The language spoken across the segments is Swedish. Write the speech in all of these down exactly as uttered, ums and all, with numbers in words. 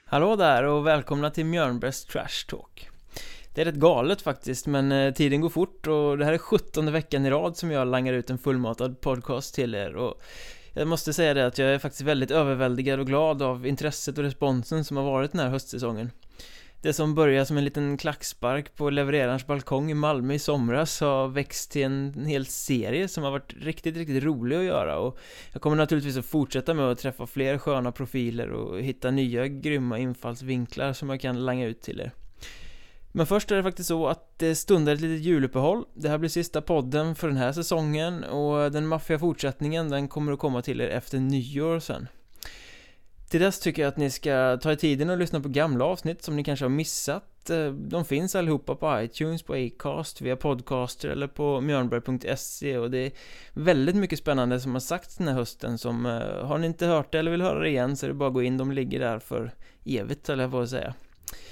Hallå där och välkomna till Mjörnbergs Trash Talk. Det är rätt galet faktiskt, men eh, tiden går fort och det här är sjuttonde veckan i rad som jag langar ut en fullmatad podcast till er. Och jag måste säga det att jag är faktiskt väldigt överväldigad och glad av intresset och responsen som har varit den här höstsäsongen. Det som började som en liten klackspark på levererarens balkong i Malmö i somras har växt till en hel serie som har varit riktigt, riktigt rolig att göra. Och jag kommer naturligtvis att fortsätta med att träffa fler sköna profiler och hitta nya grymma infallsvinklar som jag kan langa ut till er. Men först är det faktiskt så att det stundar ett litet juluppehåll. Det här blir sista podden för den här säsongen och den maffiga fortsättningen den kommer att komma till er efter nyår sen. Till dess tycker jag att ni ska ta i tiden och lyssna på gamla avsnitt som ni kanske har missat. De finns allihopa på iTunes, på Acast, via podcaster eller på mjörnberg punkt se. Och det är väldigt mycket spännande som har sagts den här hösten som, har ni inte hört det eller vill höra det igen så är det bara att gå in, de ligger där för evigt eller vad jag får säga.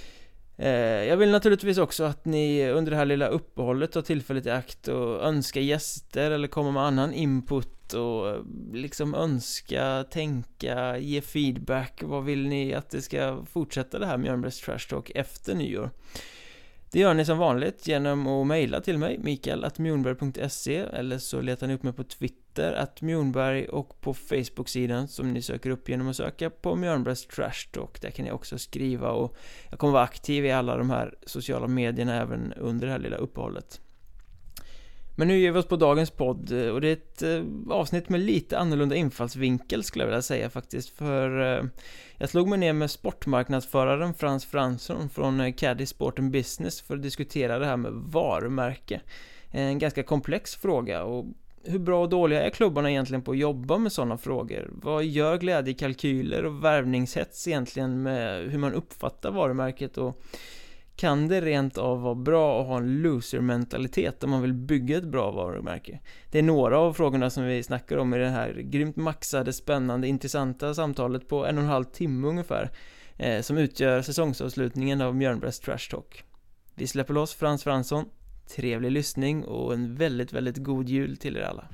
Jag vill naturligtvis också att ni under det här lilla uppehållet tar tillfället i akt och önska gäster eller komma med annan input och liksom önska, tänka, ge feedback. Vad vill ni att det ska fortsätta det här Mjörnbergs Trash Talk efter nyår? Det gör ni som vanligt genom att mejla till mig, mikael at mjornberg punkt se, eller så letar ni upp mig på Twitter at mjornberg och på Facebook-sidan som ni söker upp genom att söka på Mjörnbergs Trash Talk. Där kan ni också skriva och jag kommer vara aktiv i alla de här sociala medierna även under det här lilla uppehållet. Men nu ger vi oss på dagens podd och det är ett eh, avsnitt med lite annorlunda infallsvinkel skulle jag vilja säga faktiskt. För eh, jag slog mig ner med sportmarknadsföraren Frans Fransson från eh, Caddy Sport and Business för att diskutera det här med varumärke. En ganska komplex fråga och hur bra och dåliga är klubbarna egentligen på att jobba med sådana frågor? Vad gör glädjekalkyler och värvningshets egentligen med hur man uppfattar varumärket och kan det rent av vara bra att ha en loser-mentalitet om man vill bygga ett bra varumärke? Det är några av frågorna som vi snackar om i det här grymt maxade, spännande, intressanta samtalet på en och en halv timme ungefär eh, som utgör säsongsavslutningen av Mjörnbergs Trash Talk. Vi släpper loss Frans Fransson. Trevlig lyssning och en väldigt, väldigt god jul till er alla.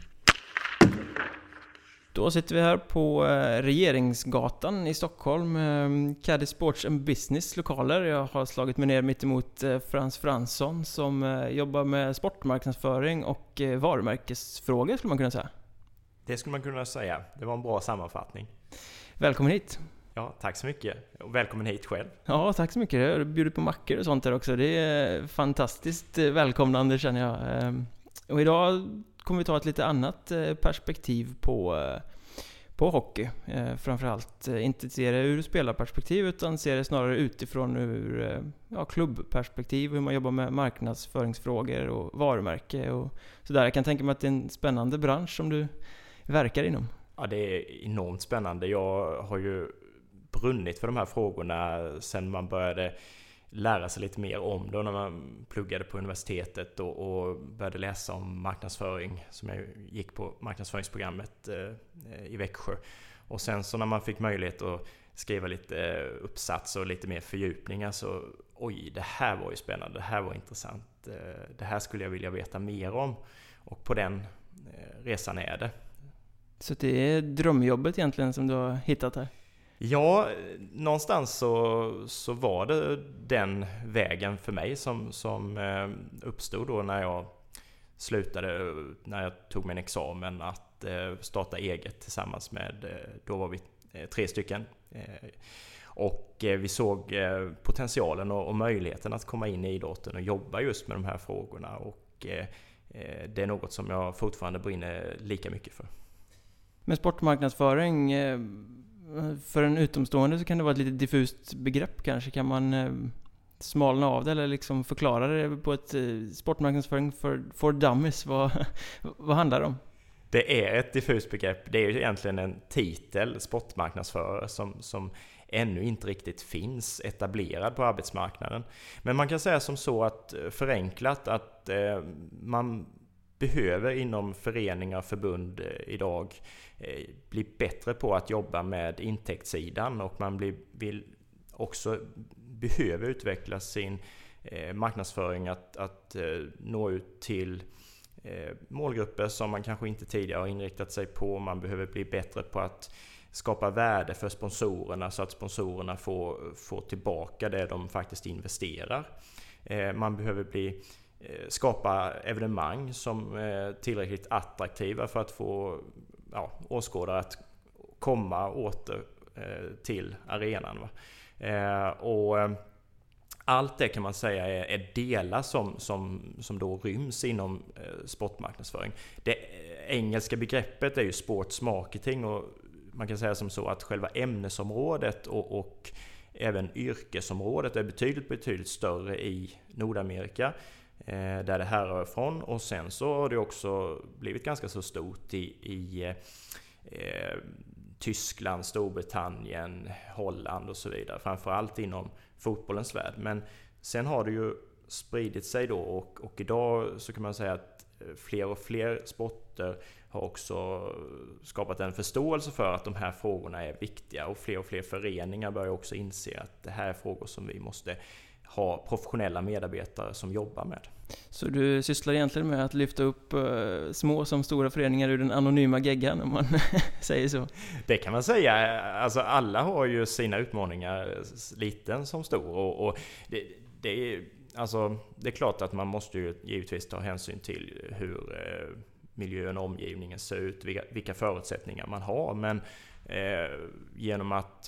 Då sitter vi här på Regeringsgatan i Stockholm, Caddy Sports and Business lokaler. Jag har slagit mig ner mitt emot Frans Fransson som jobbar med sportmarknadsföring och varumärkesfrågor skulle man kunna säga. Det skulle man kunna säga. Det var en bra sammanfattning. Välkommen hit. Ja, tack så mycket. Och välkommen hit själv. Ja, tack så mycket. Jag har bjudit på mackor och sånt här också. Det är fantastiskt välkomnande känner jag. Och idag kommer vi ta ett lite annat perspektiv på, på hockey. Framförallt inte se det ur spelarperspektiv utan se det snarare utifrån ur ja, klubbperspektiv. Hur man jobbar med marknadsföringsfrågor och varumärke och sådär. Jag kan tänka mig att det är en spännande bransch som du verkar inom. Ja, det är enormt spännande. Jag har ju brunnit för de här frågorna sedan man började lära sig lite mer om det när man pluggade på universitetet och, och började läsa om marknadsföring som jag gick på marknadsföringsprogrammet eh, i Växjö. Och sen så när man fick möjlighet att skriva lite uppsats och lite mer fördjupningar så oj, det här var ju spännande, det här var intressant, det här skulle jag vilja veta mer om och på den eh, resan är det. Så det är drömjobbet egentligen som du har hittat här? Ja, någonstans så, så var det den vägen för mig som, som uppstod då när jag slutade, när jag tog min examen att starta eget tillsammans med, då var vi tre stycken. Och vi såg potentialen och möjligheten att komma in i idrotten och jobba just med de här frågorna och det är något som jag fortfarande brinner lika mycket för. Men sportmarknadsföring, för en utomstående så kan det vara ett lite diffust begrepp kanske. Kan man smalna av det eller liksom förklara det på ett sportmarknadsföring för, för dummies? Vad, vad handlar det om? Det är ett diffust begrepp. Det är ju egentligen en titel, sportmarknadsförare, som, som ännu inte riktigt finns etablerad på arbetsmarknaden. Men man kan säga som så att förenklat att eh, man behöver inom föreningar och förbund idag eh, bli bättre på att jobba med intäktssidan och man blir, vill också behöver utveckla sin eh, marknadsföring att, att eh, nå ut till eh, målgrupper som man kanske inte tidigare har inriktat sig på. Man behöver bli bättre på att skapa värde för sponsorerna så att sponsorerna får, får tillbaka det de faktiskt investerar. Eh, man behöver bli, eh, skapa evenemang som är tillräckligt attraktiva för att få ja, åskådare att komma åter eh, till arenan. Va? Eh, och eh, allt det kan man säga är, är delar som, som, som då ryms inom eh, sportmarknadsföring. Det engelska begreppet är ju sports marketing, och man kan säga som så att själva ämnesområdet och, och även yrkesområdet är betydligt, betydligt större i Nordamerika eh, där det här är ifrån. Och sen så har det också blivit ganska så stort i, i eh, Tyskland, Storbritannien, Holland och så vidare. Framförallt inom fotbollens värld. Men sen har det ju spridit sig då, och, och idag så kan man säga att fler och fler sporter har också skapat en förståelse för att de här frågorna är viktiga, och fler och fler föreningar börjar också inse att det här är frågor som vi måste ha professionella medarbetare som jobbar med. Så du sysslar egentligen med att lyfta upp uh, små som stora föreningar ur den anonyma geggan, om man säger så? Det kan man säga. Alltså alla har ju sina utmaningar, liten som stor, och, och det, det, är, alltså, det är klart att man måste ju givetvis ta hänsyn till hur eh, miljön och omgivningen ser ut, vilka, vilka förutsättningar man har, men eh, genom att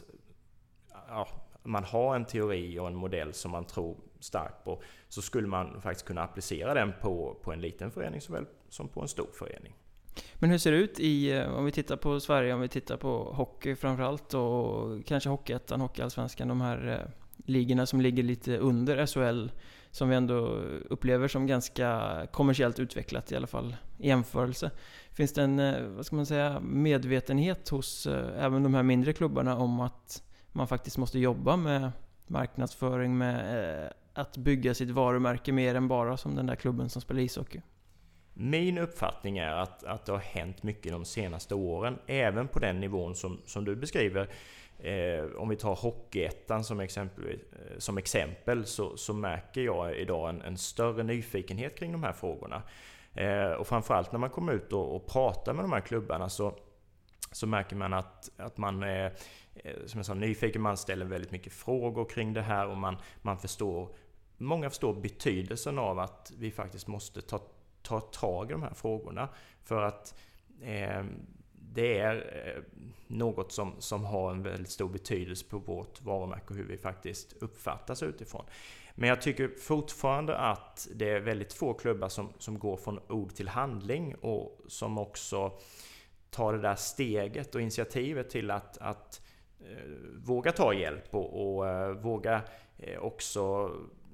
ja, man har en teori och en modell som man tror starkt på, så skulle man faktiskt kunna applicera den på, på en liten förening såväl som på en stor förening. Men hur ser det ut i, om vi tittar på Sverige, om vi tittar på hockey framförallt, och kanske Hockeyettan, Hockeyallsvenskan, de här eh, ligorna som ligger lite under S H L, som vi ändå upplever som ganska kommersiellt utvecklat, i alla fall i jämförelse. Finns det en, vad ska man säga, medvetenhet hos eh, även de här mindre klubbarna om att man faktiskt måste jobba med marknadsföring, med eh, att bygga sitt varumärke mer än bara som den där klubben som spelar ishockey? Min uppfattning är att, att det har hänt mycket de senaste åren, även på den nivån som, som du beskriver. Eh, om vi tar Hockeyettan som exempel, eh, som exempel så, så märker jag idag en, en större nyfikenhet kring de här frågorna. Eh, och framförallt när man kommer ut och, och pratar med de här klubbarna så, så märker man att, att man är, som jag sa, nyfiken, man ställer väldigt mycket frågor kring det här, och man, man förstår, många förstår betydelsen av att vi faktiskt måste ta, ta tag i de här frågorna, för att eh, det är eh, något som, som har en väldigt stor betydelse på vårt varumärke och hur vi faktiskt uppfattas utifrån. Men jag tycker fortfarande att det är väldigt få klubbar som, som går från ord till handling, och som också tar det där steget och initiativet till att, att eh, våga ta hjälp och, och eh, våga eh, också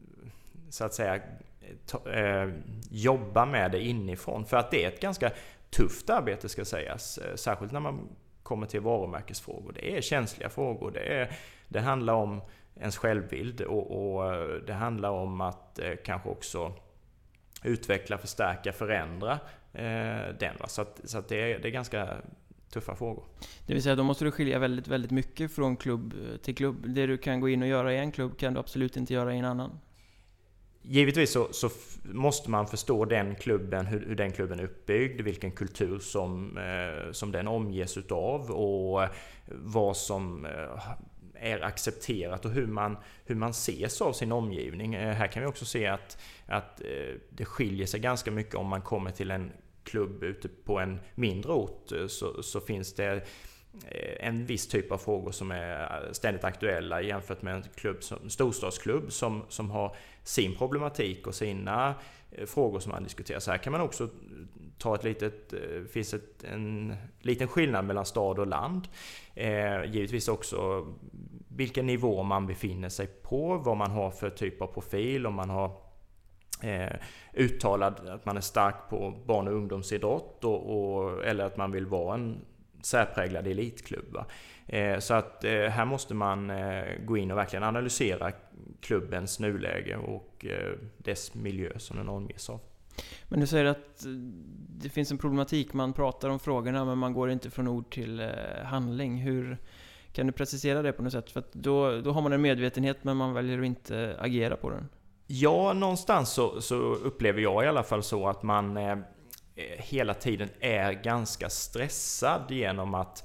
så att säga ta, eh, jobba med det inifrån. För att det är ett ganska tufft arbete, ska sägas, eh, särskilt när man kommer till varumärkesfrågor. Det är känsliga frågor. Det, är, det handlar om ens självbild, och, och det handlar om att eh, kanske också utveckla, förstärka, förändra eh, den. Va? Så, att, så att det, är, det är ganska tuffa frågor. Det vill säga, då måste du skilja väldigt, väldigt mycket från klubb till klubb. Det du kan gå in och göra i en klubb kan du absolut inte göra i en annan. Givetvis så, så f- måste man förstå den klubben, hur, hur den klubben är uppbyggd, vilken kultur som, eh, som den omges utav, och vad som eh, är accepterat och hur man, hur man ses av sin omgivning. Eh, här kan vi också se att, att eh, det skiljer sig ganska mycket om man kommer till en klubb ute på en mindre ort, så, så finns det en viss typ av frågor som är ständigt aktuella jämfört med en klubb som, storstadsklubb som, som har sin problematik och sina frågor som man diskuterar. Så här kan man också ta ett litet, finns ett, en liten skillnad mellan stad och land. Eh, givetvis också vilken nivå man befinner sig på, vad man har för typ av profil, om man har Eh, uttalad att man är stark på barn- och ungdomsidrott och, och, eller att man vill vara en särpräglad elitklubb. Eh, så att eh, här måste man eh, gå in och verkligen analysera klubbens nuläge och eh, dess miljö som den omges av. Men du säger att det finns en problematik, man pratar om frågorna men man går inte från ord till eh, handling. Hur kan du precisera det på något sätt? För att då, då har man en medvetenhet men man väljer att inte agera på den. Ja, någonstans så, så upplever jag i alla fall så att man eh, hela tiden är ganska stressad genom att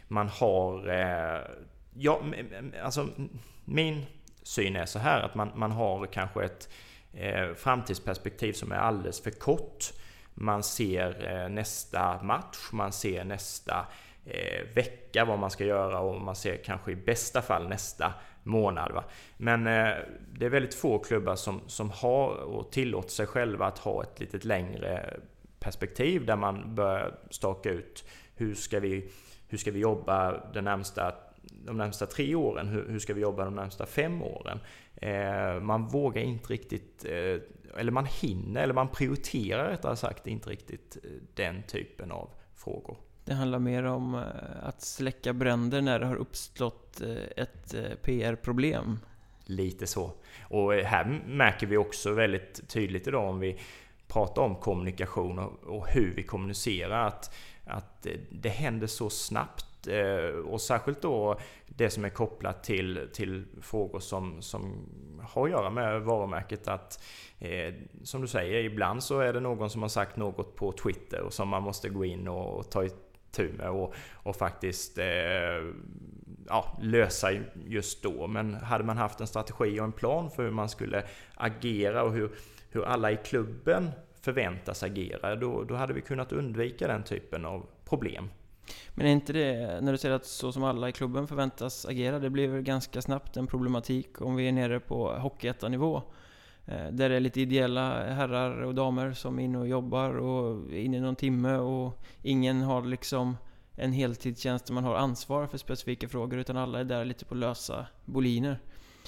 man har... Eh, ja, alltså min syn är så här att man, man har kanske ett eh, framtidsperspektiv som är alldeles för kort. Man ser eh, nästa match, man ser nästa eh, vecka vad man ska göra och man ser kanske i bästa fall nästa månad. Va? Men eh, det är väldigt få klubbar som, som har och tillåter sig själva att ha ett lite längre perspektiv där man börjar staka ut hur ska vi, hur ska vi jobba den närmsta, de närmsta tre åren, hur, hur ska vi jobba de närmsta fem åren. Eh, man vågar inte riktigt, eh, eller man hinner, eller man prioriterar rättare sagt inte riktigt eh, den typen av frågor. Det handlar mer om eh, att släcka bränder när det har uppstått eh, ett eh, P R-problem. Lite så. Och här märker vi också väldigt tydligt idag om vi pratar om kommunikation och, och hur vi kommunicerar att, att det händer så snabbt. Och särskilt då det som är kopplat till, till frågor som, som har att göra med varumärket. Att, eh, som du säger, ibland så är det någon som har sagt något på Twitter och som man måste gå in och, och ta itu med och, och faktiskt eh, ja, lösa just då. Men hade man haft en strategi och en plan för hur man skulle agera och hur, hur alla i klubben förväntas agera, då, då hade vi kunnat undvika den typen av problem. Men är inte det, när du säger att så som alla i klubben förväntas agera, det blir väl ganska snabbt en problematik om vi är nere på hockeyettanivå, där det är lite ideella herrar och damer som är inne och jobbar och är inne i någon timme och ingen har liksom en heltidstjänst där man har ansvar för specifika frågor, utan alla är där lite på lösa boliner.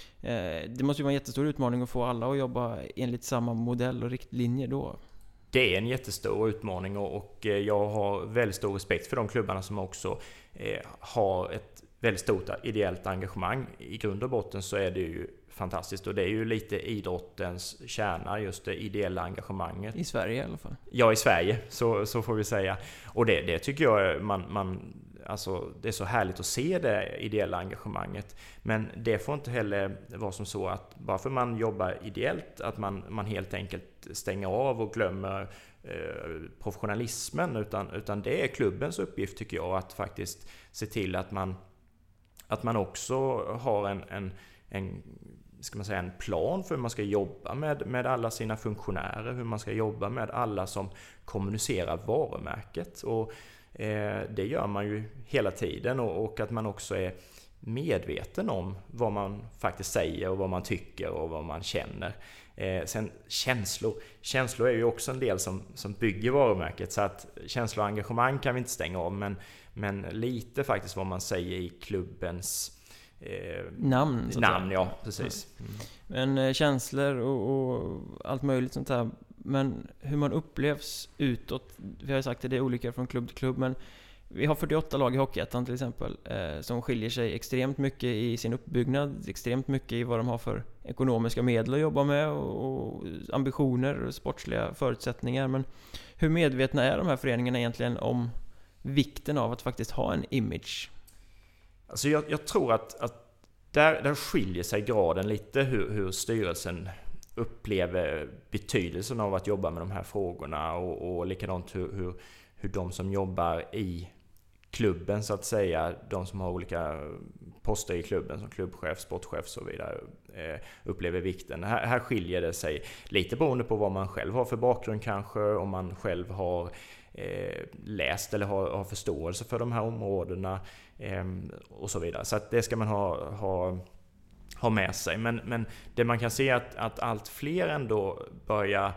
Det måste ju vara en jättestor utmaning att få alla att jobba enligt samma modell och riktlinjer då. Det är en jättestor utmaning och jag har väldigt stor respekt för de klubbarna som också har ett väldigt stort ideellt engagemang. I grund och botten så är det ju fantastiskt och det är ju lite idrottens kärna, just det ideella engagemanget. I Sverige i alla fall. Ja, i Sverige, så, så får vi säga. Och det, det tycker jag man, man alltså, det är så härligt att se det ideella engagemanget. Men det får inte heller vara som så att bara för man jobbar ideellt att man, man helt enkelt stänger av och glömmer eh, professionalismen. Utan, utan det är klubbens uppgift tycker jag att faktiskt se till att man, att man också har en, en, en ska man säga, en plan för hur man ska jobba med, med alla sina funktionärer, hur man ska jobba med alla som kommunicerar varumärket. Och eh, det gör man ju hela tiden och, och att man också är medveten om vad man faktiskt säger och vad man tycker och vad man känner. Eh, sen känslor, känslor är ju också en del som, som bygger varumärket, så att känslor och engagemang kan vi inte stänga av, men, men lite faktiskt vad man säger i klubbens Eh, namn, så namn ja, precis. Mm. Men eh, känslor och, och allt möjligt sånt här. Men hur man upplevs utåt, vi har ju sagt att det är olika från klubb till klubb, men vi har fyrtioåtta lag i Hockeyettan till exempel eh, som skiljer sig extremt mycket i sin uppbyggnad, extremt mycket i vad de har för ekonomiska medel att jobba med och, och ambitioner och sportsliga förutsättningar. Men hur medvetna är de här föreningarna egentligen om vikten av att faktiskt ha en image? Alltså jag, jag tror att, att där, där skiljer sig graden lite hur, hur styrelsen upplever betydelsen av att jobba med de här frågorna och, och likadant hur, hur, hur de som jobbar i klubben så att säga, de som har olika poster i klubben som klubbchef, sportchef och så vidare eh, upplever vikten. Här, här skiljer det sig lite beroende på vad man själv har för bakgrund kanske, om man själv har eh, läst eller har, har förståelse för de här områdena eh, och så vidare. Så att det ska man ha, ha, ha med sig. Men, men det man kan se är att, att allt fler ändå börjar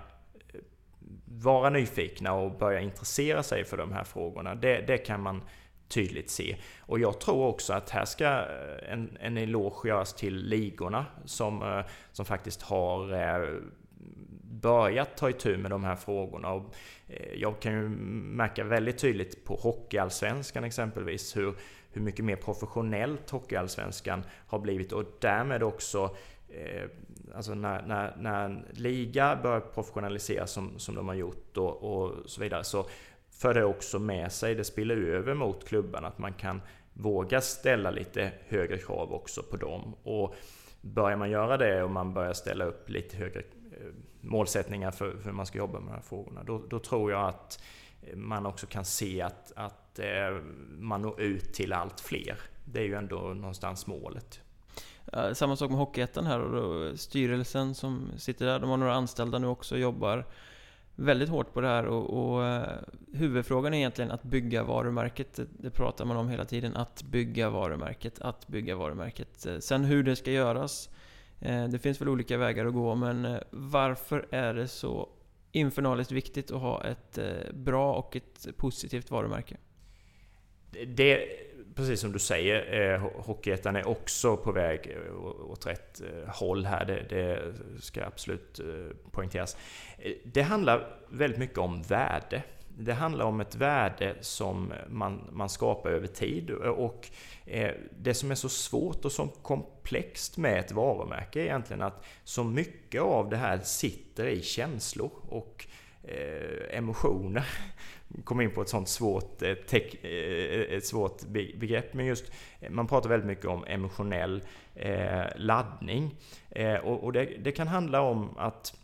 vara nyfikna och börja intressera sig för de här frågorna. Det, det kan man tydligt se. Och jag tror också att här ska en, en eloge göras till ligorna som, som faktiskt har börjat ta itu med de här frågorna. Och jag kan ju märka väldigt tydligt på Hockeyallsvenskan exempelvis hur, hur mycket mer professionellt Hockeyallsvenskan har blivit och därmed också eh, alltså när, när, när en liga börjar professionaliseras som, som de har gjort och, och så vidare, så för det också med sig, det spiller över mot klubban att man kan våga ställa lite högre krav också på dem. Och börjar man göra det och man börjar ställa upp lite högre målsättningar för, för hur man ska jobba med de här frågorna, då, då tror jag att man också kan se att, att eh, man når ut till allt fler. Det är ju ändå någonstans målet. Ja, samma sak med Hockeyettan här, och då, styrelsen som sitter där, de har några anställda nu också och jobbar väldigt hårt på det här, och, och eh, huvudfrågan är egentligen att bygga varumärket. Det, det pratar man om hela tiden, att bygga varumärket, att bygga varumärket. Sen hur det ska göras, eh, det finns väl olika vägar att gå, men eh, varför är det så infernaliskt viktigt att ha ett eh, bra och ett positivt varumärke? Det, precis som du säger, eh, Hockeyettan är också på väg åt rätt eh, håll här. Det, det ska absolut eh, poängteras. Det handlar väldigt mycket om värde. Det handlar om ett värde som man, man skapar över tid, och eh, det som är så svårt och så komplext med ett varumärke är egentligen att så mycket av det här sitter i känslor och eh, emotioner. Kom in på ett sånt svårt, eh, tech, eh, ett svårt begrepp, men just man pratar väldigt mycket om emotionell eh, laddning, eh, och, och det, det kan handla om att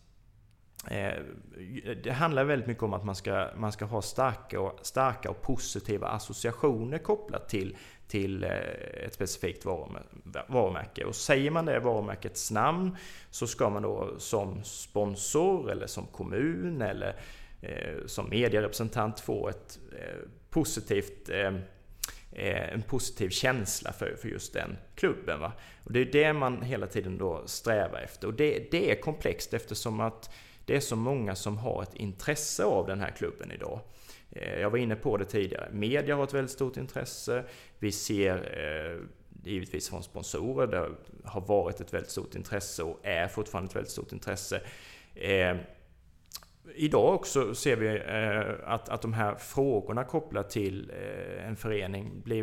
det handlar väldigt mycket om att man ska, man ska ha starka och, starka och positiva associationer kopplat till, till ett specifikt varumärke. Och säger man det varumärkets namn, så ska man då som sponsor eller som kommun eller eh, som medierepresentant få ett eh, positivt eh, en positiv känsla för, för just den klubben. Va? Och det är det man hela tiden då strävar efter. Och det, det är komplext, eftersom att det är så många som har ett intresse av den här klubben idag. Jag var inne på det tidigare. Media har ett väldigt stort intresse. Vi ser eh, givetvis från sponsorer, det har varit ett väldigt stort intresse och är fortfarande ett väldigt stort intresse. Eh, idag också ser vi eh, att, att de här frågorna kopplat till eh, en förening blir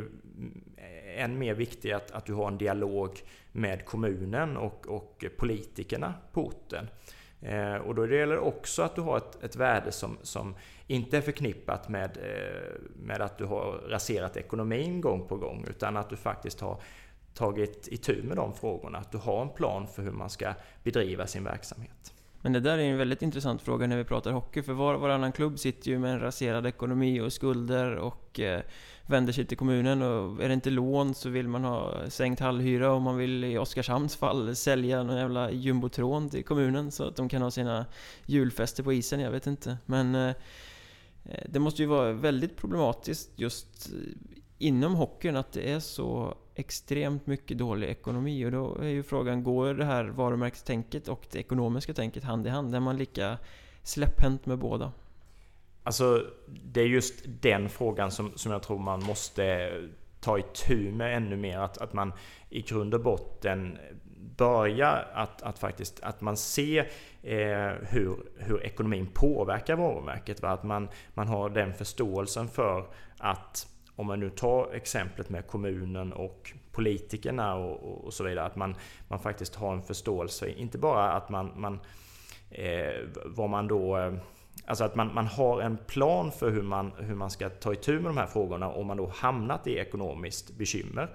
än mer viktiga, att, att du har en dialog med kommunen och, och politikerna på orten. Eh, och då gäller det också att du har ett, ett värde som, som inte är förknippat med, eh, med att du har raserat ekonomin gång på gång, utan att du faktiskt har tagit itu med de frågorna, att du har en plan för hur man ska bedriva sin verksamhet. Men det där är en väldigt intressant fråga när vi pratar hockey, för var, varannan klubb sitter ju med en raserad ekonomi och skulder och eh, vänder sig till kommunen, och är det inte lån så vill man ha sänkt hallhyra, och man vill i Oskarshamns fall sälja någon jävla jumbotron till kommunen så att de kan ha sina julfester på isen, jag vet inte. Men eh, det måste ju vara väldigt problematiskt just inom hockeyn att det är så extremt mycket dålig ekonomi, och då är ju frågan, går det här varumärkestänket och det ekonomiska tänket hand i hand? Är man lika släpphänt med båda? Alltså, det är just den frågan som, som jag tror man måste ta itu med ännu mer, att, att man i grund och botten börjar att, att faktiskt att man ser eh, hur, hur ekonomin påverkar varumärket, va? Att man, man har den förståelsen för att, om man nu tar exemplet med kommunen och politikerna och, och, och så vidare, att man, man faktiskt har en förståelse, inte bara att man, man eh, vad man då eh, alltså att man, man har en plan för hur man, hur man ska ta itu med de här frågorna om man då hamnat i ekonomiskt bekymmer.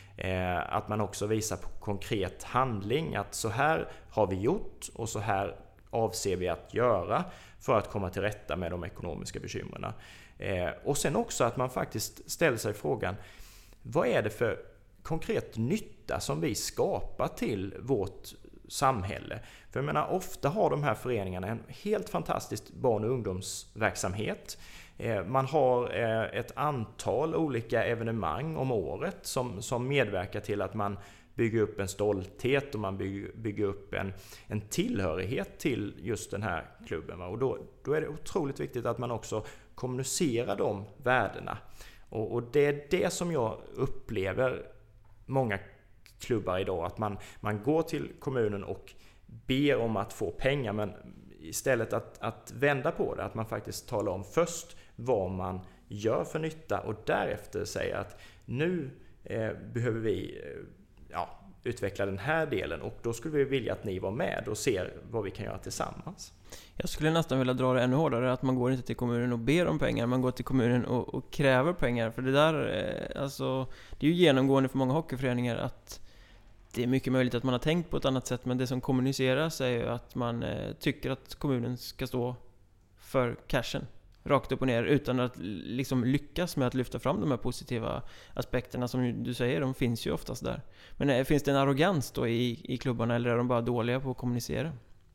Eh, att man också visar på konkret handling, att så här har vi gjort och så här avser vi att göra för att komma till rätta med de ekonomiska bekymren. Eh, och sen också att man faktiskt ställer sig frågan, vad är det för konkret nytta som vi skapar till vårt samhälle? För jag menar, ofta har de här föreningarna en helt fantastisk barn- och ungdomsverksamhet. Eh, man har eh, ett antal olika evenemang om året som, som medverkar till att man bygger upp en stolthet och man bygger, bygger upp en, en tillhörighet till just den här klubben. Va? Och då, då är det otroligt viktigt att man också kommunicerar de värdena. Och, och det är det som jag upplever många klubbar idag, att man, man går till kommunen och ber om att få pengar, men istället att, att vända på det, att man faktiskt talar om först vad man gör för nytta och därefter säger att nu eh, behöver vi eh, ja, utveckla den här delen, och då skulle vi vilja att ni var med och ser vad vi kan göra tillsammans. Jag skulle nästan vilja dra det ännu hårdare, att man går inte till kommunen och ber om pengar, man går till kommunen och, och kräver pengar. För det där, alltså, det är ju genomgående för många hockeyföreningar att det är mycket möjligt att man har tänkt på ett annat sätt, men det som kommuniceras är ju att man eh, tycker att kommunen ska stå för cashen. rakt upp och ner utan att liksom lyckas med att lyfta fram de här positiva aspekterna som du säger, de finns ju oftast där. Men är, finns det en arrogans då i, i klubbarna eller är de bara dåliga på att kommunicera?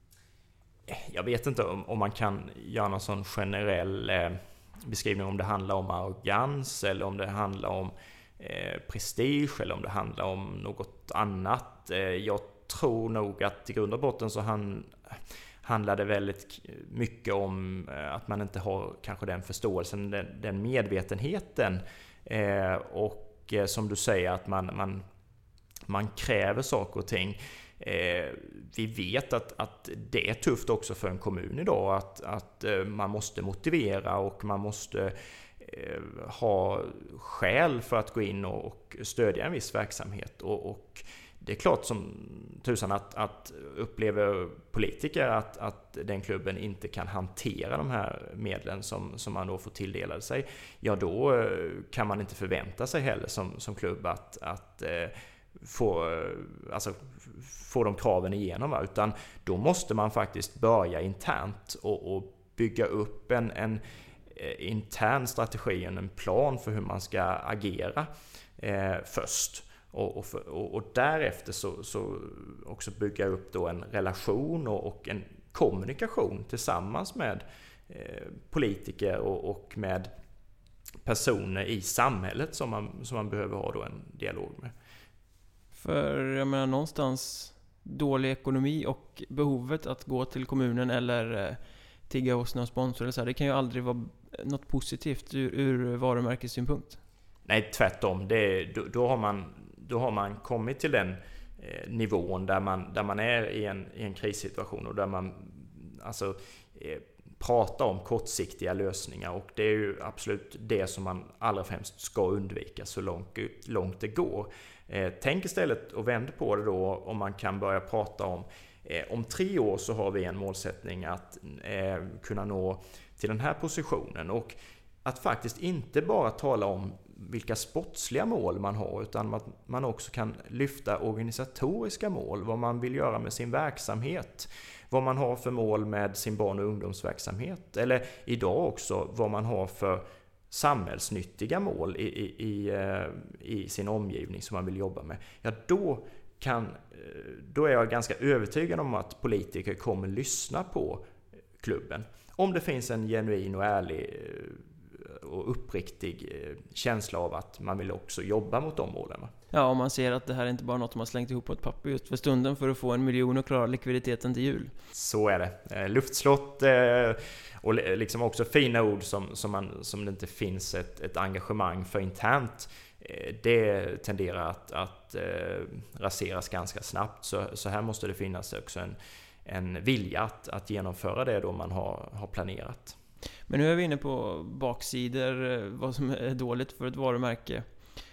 Jag vet inte om, om man kan göra någon sån generell eh, beskrivning om det handlar om arrogans eller om det handlar om eh, prestige eller om det handlar om något annat. Eh, jag tror nog att i grund och botten så han, handlar det väldigt mycket om eh, att man inte har kanske den förståelsen, den, den medvetenheten eh, och eh, som du säger att man, man, man kräver saker och ting. Eh, vi vet att, att det är tufft också för en kommun idag att, att eh, man måste motivera och man måste eh, ha skäl för att gå in och, och stödja en viss verksamhet och, och det är klart som tusan att, att upplever politiker att, att den klubben inte kan hantera de här medlen som, som man då får tilldelade sig, ja då eh, kan man inte förvänta sig heller som, som klubb att, att eh, få, alltså, få de kraven igenom, va? Utan då måste man faktiskt börja internt och, och bygga upp en, en intern strategi, en plan för hur man ska agera eh, först. Och, och, för, och, och därefter så, så också bygga upp då en relation och, och en kommunikation tillsammans med eh, politiker och, och med personer i samhället som man, som man behöver ha då en dialog med. För jag menar någonstans dålig ekonomi och behovet att gå till kommunen eller eh, tigga hos någon sponsor eller så här, det kan ju aldrig vara något positivt ur, ur varumärkessynpunkt. Nej, tvärtom. Det, då, då, har man, då har man kommit till den eh, nivån där man, där man är i en, i en krissituation och där man alltså, eh, pratar om kortsiktiga lösningar, och det är ju absolut det som man allra främst ska undvika så långt, långt det går. Eh, tänk istället och vänd på det då om man kan börja prata om eh, om tre år så har vi en målsättning att eh, kunna nå till den här positionen, och att faktiskt inte bara tala om vilka sportsliga mål man har utan att man också kan lyfta organisatoriska mål, vad man vill göra med sin verksamhet, vad man har för mål med sin barn- och ungdomsverksamhet, eller idag också vad man har för samhällsnyttiga mål i, i, i, i sin omgivning som man vill jobba med. Ja, då, kan, då är jag ganska övertygad om att politiker kommer lyssna på klubben. Om det finns en genuin och ärlig och uppriktig känsla av att man vill också jobba mot de målen. Ja, om man ser att det här är inte bara något man slängt ihop på ett papper just för stunden för att få en miljon och klara likviditeten till jul. Så är det. Luftslott och liksom också fina ord som, som, man, som det inte finns ett, ett engagemang för internt. Det tenderar att, att raseras ganska snabbt. Så, så här måste det finnas också en, en vilja att, att genomföra det då man har, har planerat. Men nu är vi inne på baksidor, vad som är dåligt för ett varumärke.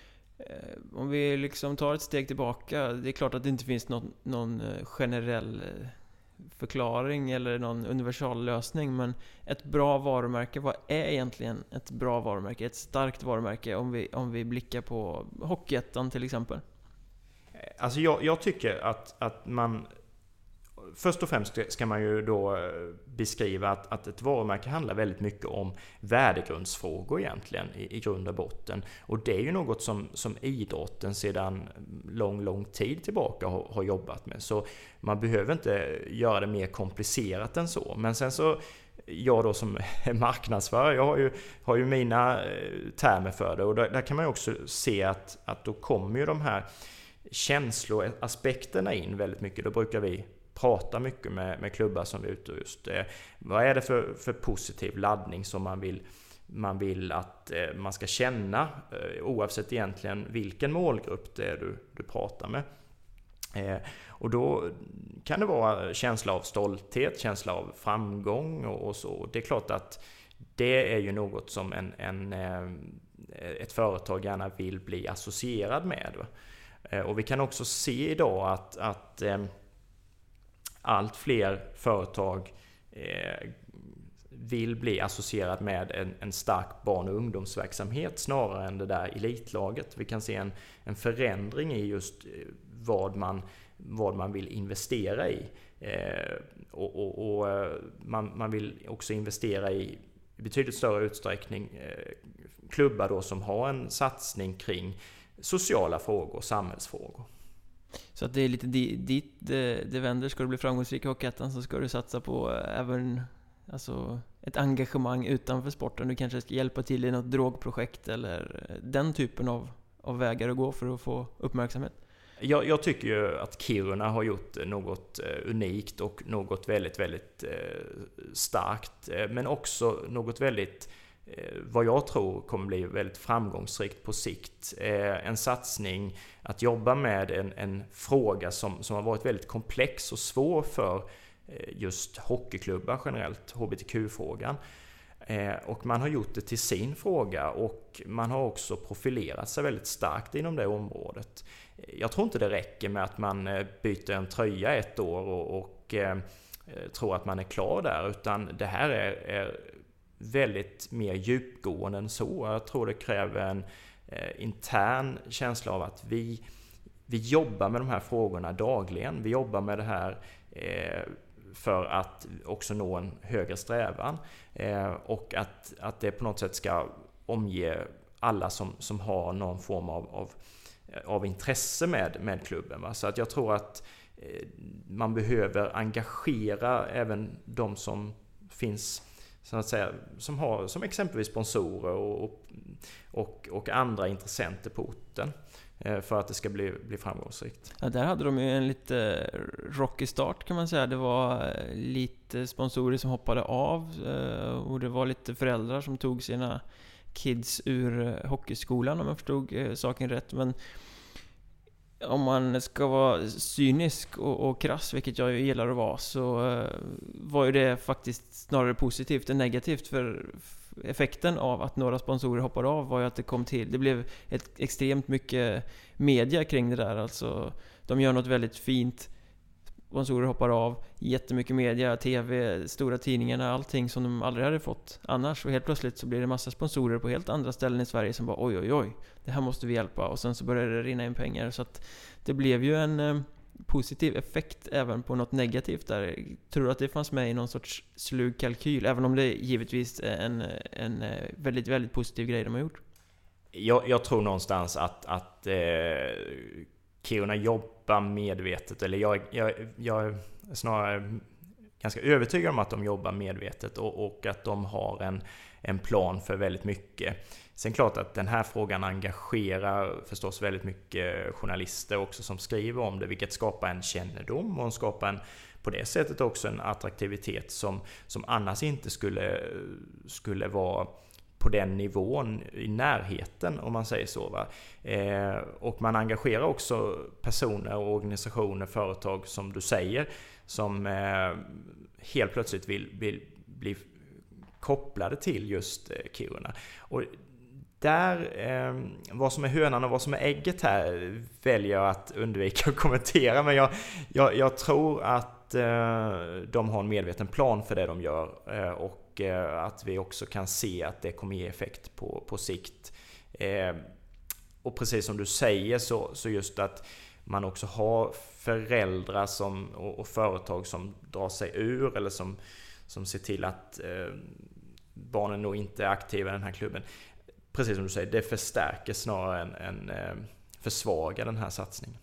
Om vi liksom tar ett steg tillbaka, det är klart att det inte finns någon, någon generell förklaring eller någon universal lösning, men ett bra varumärke, vad är egentligen ett bra varumärke? Ett starkt varumärke om vi, om vi blickar på Hockeyettan till exempel. Alltså jag, jag tycker att, att man först och främst ska man ju då beskriva att, att ett varumärke handlar väldigt mycket om värdegrundsfrågor egentligen i, i grund och botten. Och det är ju något som, som idrotten sedan lång, lång tid tillbaka har, har jobbat med. Så man behöver inte göra det mer komplicerat än så. Men sen så, jag då som marknadsförare, jag har ju, har ju mina termer för det. Och där, där kan man ju också se att, att då kommer ju de här känsloaspekterna in väldigt mycket. Då brukar vi prata mycket med, med klubbar som är ute och just eh, vad är det för, för positiv laddning som man vill, man vill att eh, man ska känna eh, oavsett egentligen vilken målgrupp det är du, du pratar med. Eh, och då kan det vara känsla av stolthet, känsla av framgång och, och så. Det är klart att det är ju något som en, en, eh, ett företag gärna vill bli associerad med. Eh, och vi kan också se idag att, att eh, allt fler företag eh, vill bli associerad med en, en stark barn- och ungdomsverksamhet snarare än det där elitlaget. Vi kan se en, en förändring i just vad man, vad man vill investera i. Eh, och och, och man, man vill också investera i i betydligt större utsträckning eh, klubbar då som har en satsning kring sociala frågor och samhällsfrågor. Så att det är lite dit det, det vänder. Ska du bli framgångsrik i Hockeyettan så ska du satsa på även alltså, ett engagemang utanför sporten. Du kanske ska hjälpa till i något drogprojekt eller den typen av, av vägar att gå för att få uppmärksamhet. Jag, jag tycker ju att Kiruna har gjort något unikt och något väldigt, väldigt starkt. Men också något väldigt, vad jag tror kommer bli väldigt framgångsrikt på sikt. En satsning att jobba med en, en fråga som, som har varit väldigt komplex och svår för just hockeyklubbar generellt, H B T Q-frågan. Och man har gjort det till sin fråga och man har också profilerat sig väldigt starkt inom det området. Jag tror inte det räcker med att man byter en tröja ett år och, och eh, tror att man är klar där, utan det här är, är väldigt mer djupgående än så. Jag tror det kräver en eh, intern känsla av att vi, vi jobbar med de här frågorna dagligen. Vi jobbar med det här eh, för att också nå en högre strävan eh, och att, att det på något sätt ska omge alla som, som har någon form av, av av intresse med, med klubben. Va? Så att jag tror att eh, man behöver engagera även de som finns, så att säga, som har som exempelvis sponsorer och, och, och andra intressenter på orten eh, för att det ska bli, bli framgångsrikt. Ja, där hade de ju en lite rocky start kan man säga. Det var lite sponsorer som hoppade av eh, och det var lite föräldrar som tog sina kids ur hockeyskolan om jag förstod eh, saken rätt. Men om man ska vara cynisk och, och krass, vilket jag gillar att vara, så eh, var ju det faktiskt snarare positivt än negativt. För effekten av att några sponsorer hoppade av var ju att det kom till, det blev ett extremt mycket media kring det där. Alltså, de gör något väldigt fint, sponsorer hoppar av, jättemycket media, tv, stora tidningarna, allting som de aldrig hade fått annars. Och helt plötsligt så blir det massa sponsorer på helt andra ställen i Sverige som bara oj oj oj, det här måste vi hjälpa. Och sen så började det rinna in pengar. Så att det blev ju en eh, positiv effekt även på något negativt där. Jag tror att det fanns med i någon sorts slug kalkyl, även om det givetvis är en, en väldigt, väldigt positiv grej de har gjort. Jag, jag tror någonstans att, att eh, Kiruna jobbar medvetet, eller jag, jag, jag är snarare ganska övertygad om att de jobbar medvetet och, och att de har en, en plan för väldigt mycket. Sen klart att den här frågan engagerar förstås väldigt mycket journalister också som skriver om det, vilket skapar en kännedom och skapar en, på det sättet också en attraktivitet som, som annars inte skulle, skulle vara på den nivån i närheten, om man säger så. Va? Eh, och man engagerar också personer och organisationer, företag som du säger, som eh, helt plötsligt vill, vill bli kopplade till just eh, Kiruna. Och där, eh, vad som är hönan och vad som är ägget här väljer jag att undvika att kommentera, men jag, jag, jag tror att eh, de har en medveten plan för det de gör eh, och att vi också kan se att det kommer ge effekt på, på sikt. Eh, och precis som du säger så, så just att man också har föräldrar som, och, och företag som drar sig ur eller som, som ser till att eh, barnen nog inte är aktiva i den här klubben. Precis som du säger, det förstärker snarare än, än eh, försvagar den här satsningen.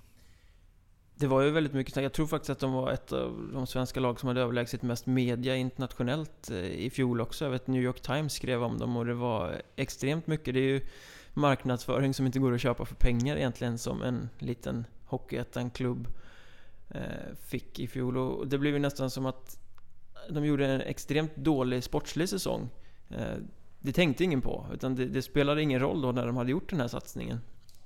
Det var ju väldigt mycket, jag tror faktiskt att de var ett av de svenska lag som hade överlägset mest media internationellt i fjol också. Jag vet New York Times skrev om dem och det var extremt mycket. Det är ju marknadsföring som inte går att köpa för pengar egentligen, som en liten Hockeyettan-klubb fick i fjol. Och det blev ju nästan som att de gjorde en extremt dålig sportslig säsong. Det tänkte ingen på, utan det, det spelade ingen roll då när de hade gjort den här satsningen.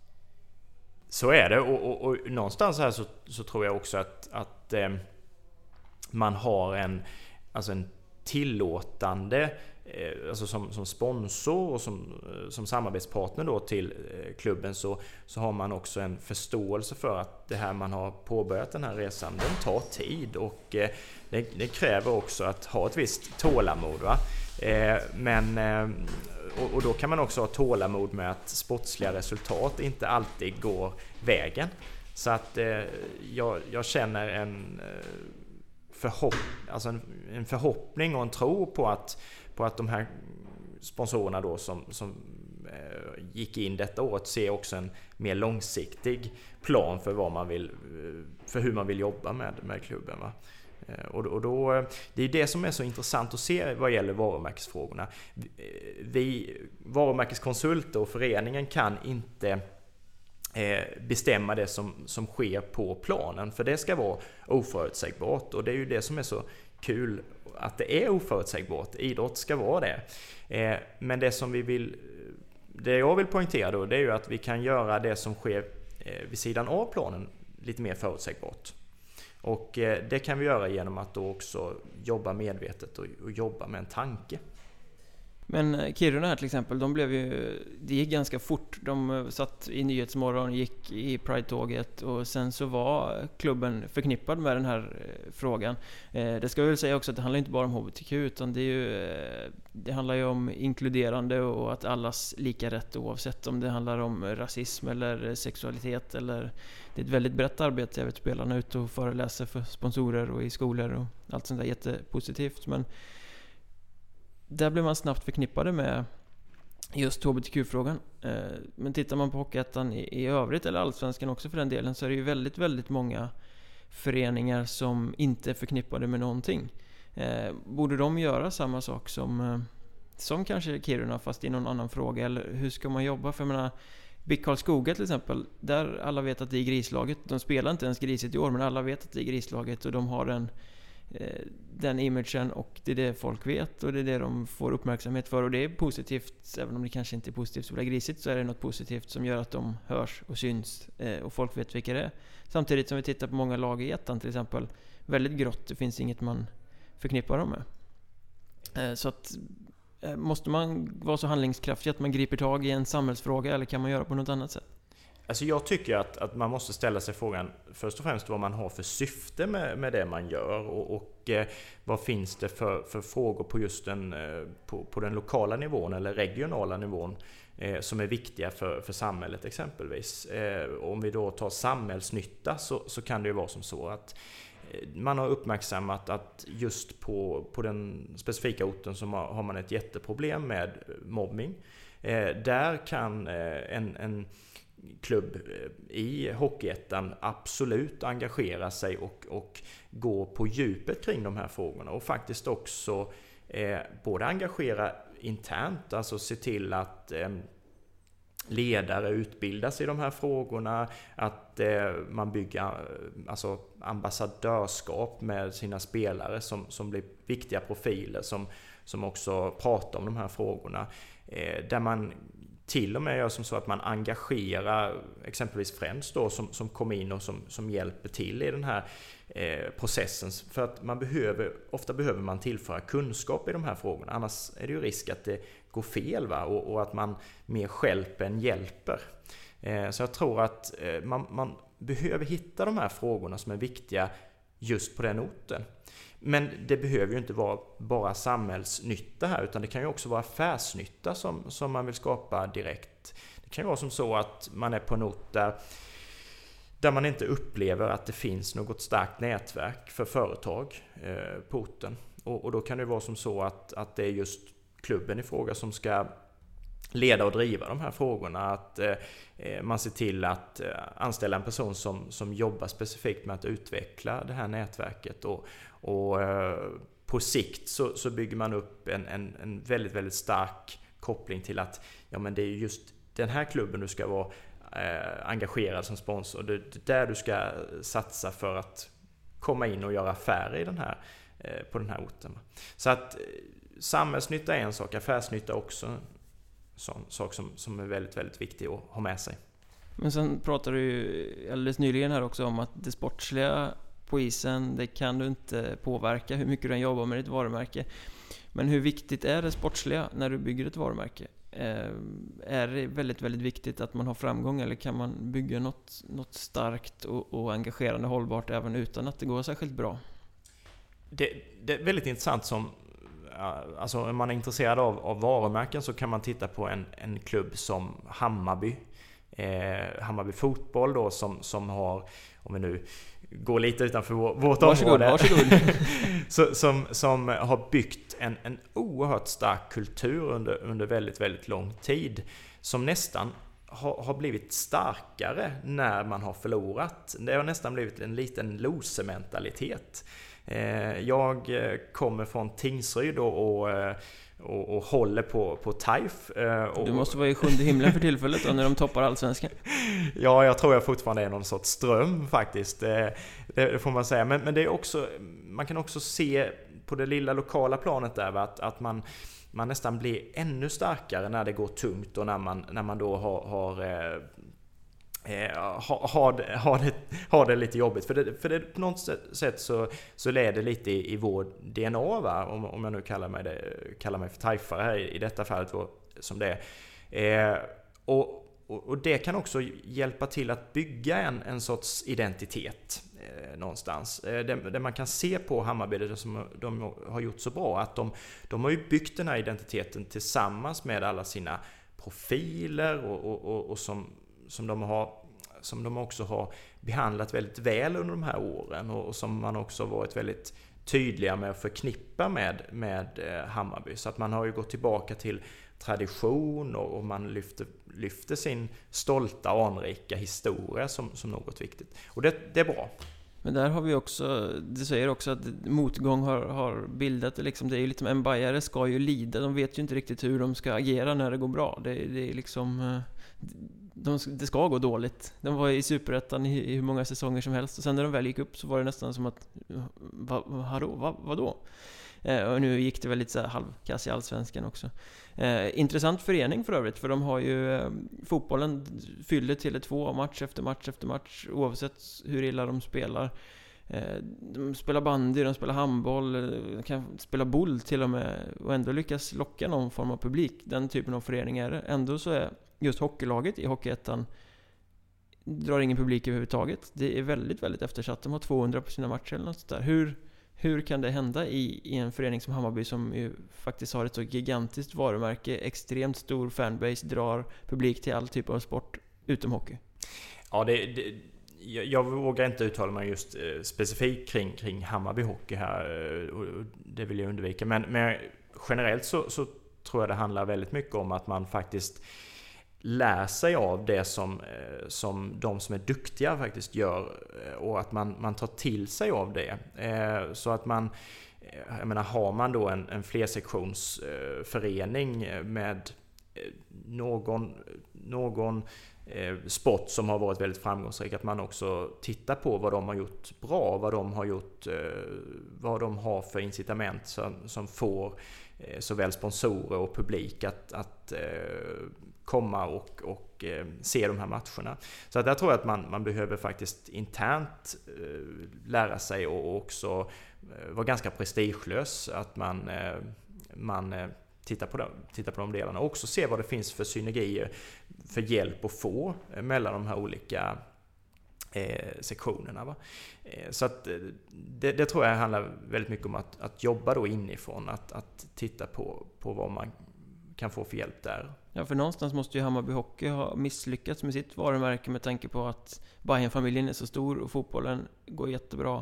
Så är det, och, och, och någonstans här så, så tror jag också att, att eh, man har en, alltså en tillåtande, eh, alltså som, som sponsor och som, som samarbetspartner då till eh, klubben, så, så har man också en förståelse för att det här man har påbörjat den här resan, den tar tid och eh, det, det kräver också att ha ett visst tålamod, va? Eh, men eh, och, och då kan man också ha tålamod med att sportsliga resultat inte alltid går vägen. Så att eh, jag, jag känner en, eh, förhopp, alltså en, en förhoppning och en tro på att, på att de här sponsorerna då som, som eh, gick in detta året ser också en mer långsiktig plan för vad man vill, för hur man vill jobba med, med klubben, va? Och då, och då, det är det som är så intressant att se vad gäller varumärkesfrågorna. Vi, varumärkeskonsulter och föreningen kan inte bestämma det som, som sker på planen, för det ska vara oförutsägbart, och det är ju det som är så kul, att det är oförutsägbart. Idrott ska vara det. Men det som vi vill, det jag vill poängtera då, det är ju att vi kan göra det som sker vid sidan av planen lite mer förutsägbart. Och det kan vi göra genom att då också jobba medvetet och, och jobba med en tanke. Men Kiruna här till exempel, de blev ju, det gick ganska fort. De satt i Nyhetsmorgon, gick i Pride-tåget, och sen så var klubben förknippad med den här frågan. Det ska jag väl säga också att det handlar inte bara om H B T Q, utan det är ju, det handlar ju om inkluderande och att allas lika rätt, oavsett om det handlar om rasism eller sexualitet, eller det är ett väldigt brett arbete. Jag vet, spelarna är ute och föreläser för sponsorer och i skolor och allt sånt där, jättepositivt. Men där blir man snabbt förknippade med just H B T Q-frågan. Men tittar man på Hockeyettan i övrigt, eller Allsvenskan också för den delen, så är det ju väldigt, väldigt många föreningar som inte är förknippade med någonting. Borde de göra samma sak som, som kanske Kiruna, fast i någon annan fråga? Eller hur ska man jobba? För jag menar, B I K Karlskoga till exempel, där alla vet att det är grislaget. De spelar inte ens grisigt i år, men alla vet att det är grislaget, och de har den den imagen, och det är det folk vet, och det är det de får uppmärksamhet för, och det är positivt. Även om det kanske inte är positivt så blir grisigt, så är det något positivt som gör att de hörs och syns, och folk vet vilka det är. Samtidigt som vi tittar på många lag i ettan till exempel, väldigt grått, det finns inget man förknippar dem med. Så att, måste man vara så handlingskraftig att man griper tag i en samhällsfråga, eller kan man göra på något annat sätt? Alltså jag tycker att, att man måste ställa sig frågan först och främst vad man har för syfte med, med det man gör, och, och eh, vad finns det för, för frågor på just den, eh, på, på den lokala nivån eller regionala nivån eh, som är viktiga för, för samhället exempelvis. Eh, om vi då tar samhällsnytta, så, så kan det ju vara som så att man har uppmärksammat att just på, på den specifika orten så har, har man ett jätteproblem med mobbning. Eh, där kan eh, en, en klubb i Hockeyettan absolut engagera sig och, och gå på djupet kring de här frågorna, och faktiskt också eh, både engagera internt, alltså se till att eh, ledare utbildas i de här frågorna, att eh, man bygger alltså ambassadörskap med sina spelare som, som blir viktiga profiler som, som också pratar om de här frågorna, eh, där man till och med gör som så att man engagerar exempelvis Friends då, som, som kommer in och som, som hjälper till i den här eh, processen. För att man behöver, ofta behöver man tillföra kunskap i de här frågorna. Annars är det ju risk att det går fel, va? Och, och att man mer stjälper än hjälper. Eh, så jag tror att eh, man, man behöver hitta de här frågorna som är viktiga just på den orten. Men det behöver ju inte vara bara samhällsnytta här, utan det kan ju också vara affärsnytta som, som man vill skapa direkt. Det kan ju vara som så att man är på en ort där, där man inte upplever att det finns något starkt nätverk för företag eh, på orten. Och, och då kan det vara som så att, att det är just klubben i fråga som ska leda och driva de här frågorna, att eh, man ser till att eh, anställa en person som, som jobbar specifikt med att utveckla det här nätverket, och, och eh, på sikt så, så bygger man upp en, en, en väldigt, väldigt stark koppling till att ja, men det är just den här klubben du ska vara eh, engagerad som sponsor, det är där du ska satsa för att komma in och göra affärer i den här, eh, på den här orten. Så att eh, samhällsnytta är en sak, affärsnytta också sån sak som, som är väldigt, väldigt viktig att ha med sig. Men sen pratar du ju alldeles nyligen här också om att det sportsliga på isen, det kan du inte påverka hur mycket du än jobbar med ditt varumärke. Men hur viktigt är det sportsliga när du bygger ett varumärke? Eh, är det väldigt, väldigt viktigt att man har framgång, eller kan man bygga något, något starkt och, och engagerande hållbart även utan att det går särskilt bra? Det, det är väldigt intressant som alltså om man är intresserad av, av varumärken, så kan man titta på en, en klubb som Hammarby. Eh, Hammarby fotboll då, som, som har, om vi nu gå lite utanför vårt varsågod, område. Varsågod. Så, som, som har byggt en, en oerhört stark kultur under, under väldigt, väldigt lång tid. Som nästan har, har blivit starkare när man har förlorat. Det har nästan blivit en liten losementalitet. Eh, jag kommer från Tingsryd och, och Och, och håller på, på Taif. Och, du måste vara i sjunde himlen för tillfället då, när de toppar allsvenskan. Ja, jag tror jag fortfarande är någon sorts ström faktiskt. Det, det får man säga. Men, men det är också, man kan också se på det lilla lokala planet där att, att man, man nästan blir ännu starkare när det går tungt och när man, när man då har, har Eh, ha, ha, det, ha, det, ha det lite jobbigt. För det, för det på något sätt så, så leder lite i, i vår D N A, va? Om, om jag nu kallar mig, det, kallar mig för taifare här i, i detta fallet då, som det är. Eh, och, och, och det kan också hjälpa till att bygga en, en sorts identitet eh, någonstans. Eh, det, det man kan se på Hammarby, det som de har gjort så bra, att de, de har ju byggt den här identiteten tillsammans med alla sina profiler och, och, och, och som som de har som de också har behandlat väldigt väl under de här åren och, och som man också varit väldigt tydliga med att förknippa med, med eh, Hammarby. Så att man har ju gått tillbaka till tradition och, och man lyfter, lyfter sin stolta och anrika historia som, som något viktigt. Och det, det är bra. Men där har vi också, du säger också att motgång har, har bildat det liksom, det är ju lite, en bajare ska ju lida, de vet ju inte riktigt hur de ska agera när det går bra. Det, det är liksom, de, det ska gå dåligt. De var i Superettan i, i hur många säsonger som helst och sen när de väl gick upp så var det nästan som att, va, hallå, va, vadå? Eh, och nu gick det väl lite så här halvkass i allsvenskan också. Eh, intressant förening för övrigt, för de har ju eh, fotbollen fyller till två match efter match efter match oavsett hur illa de spelar. Eh, de spelar bandy, de spelar handboll, de kan spela boll till och med och ändå lyckas locka någon form av publik. Den typen av förening är det. Ändå så är just hockeylaget i Hockeyettan drar ingen publik överhuvudtaget. Det är väldigt, väldigt eftersatt. De har tvåhundra på sina matcher eller något sånt där. Hur Hur kan det hända i, i en förening som Hammarby som ju faktiskt har ett så gigantiskt varumärke, extremt stor fanbase, drar publik till all typ av sport utom hockey? Ja, det, det, jag, jag vågar inte uttala mig just eh, specifikt kring, kring Hammarby hockey här, och det vill jag undvika. Men, men generellt så, så tror jag det handlar väldigt mycket om att man faktiskt lär sig av det som, som de som är duktiga faktiskt gör och att man, man tar till sig av det. Så att man, jag menar, har man då en, en flersektionsförening med någon, någon sport som har varit väldigt framgångsrik, att man också tittar på vad de har gjort bra, vad de har gjort, vad de har för incitament som, som får såväl sponsorer och publik att, att komma och, och eh, se de här matcherna. Så att jag tror att man, man behöver faktiskt internt eh, lära sig och också eh, vara ganska prestigelös. Att man, eh, man eh, tittar, på de, tittar på de delarna och också se vad det finns för synergier, för hjälp att få eh, mellan de här olika eh, sektionerna. Va? Eh, så att det, det tror jag handlar väldigt mycket om att, att jobba då inifrån, att, att titta på, på vad man kan få för hjälp där. Ja, för någonstans måste ju Hammarby Hockey ha misslyckats med sitt varumärke med tanke på att Bayern-familjen är så stor och fotbollen går jättebra.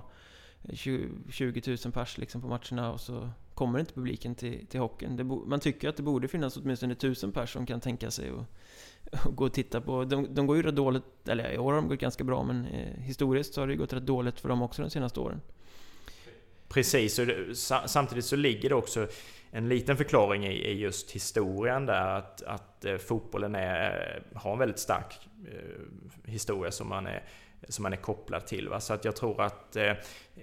tjugo tusen pers liksom på matcherna och så kommer inte publiken till, till hockeyn. Det bo, man tycker att det borde finnas åtminstone tusen pers som kan tänka sig och, och gå och titta på. De, de går ju rätt dåligt, eller i år har de gått ganska bra, men eh, historiskt så har det ju gått rätt dåligt för dem också de senaste åren. Precis, och det, samtidigt så ligger det också en liten förklaring i, i just historien där, att, att eh, fotbollen är, har en väldigt stark eh, historia som man är, som man är kopplad till. Va? Så att jag tror att eh,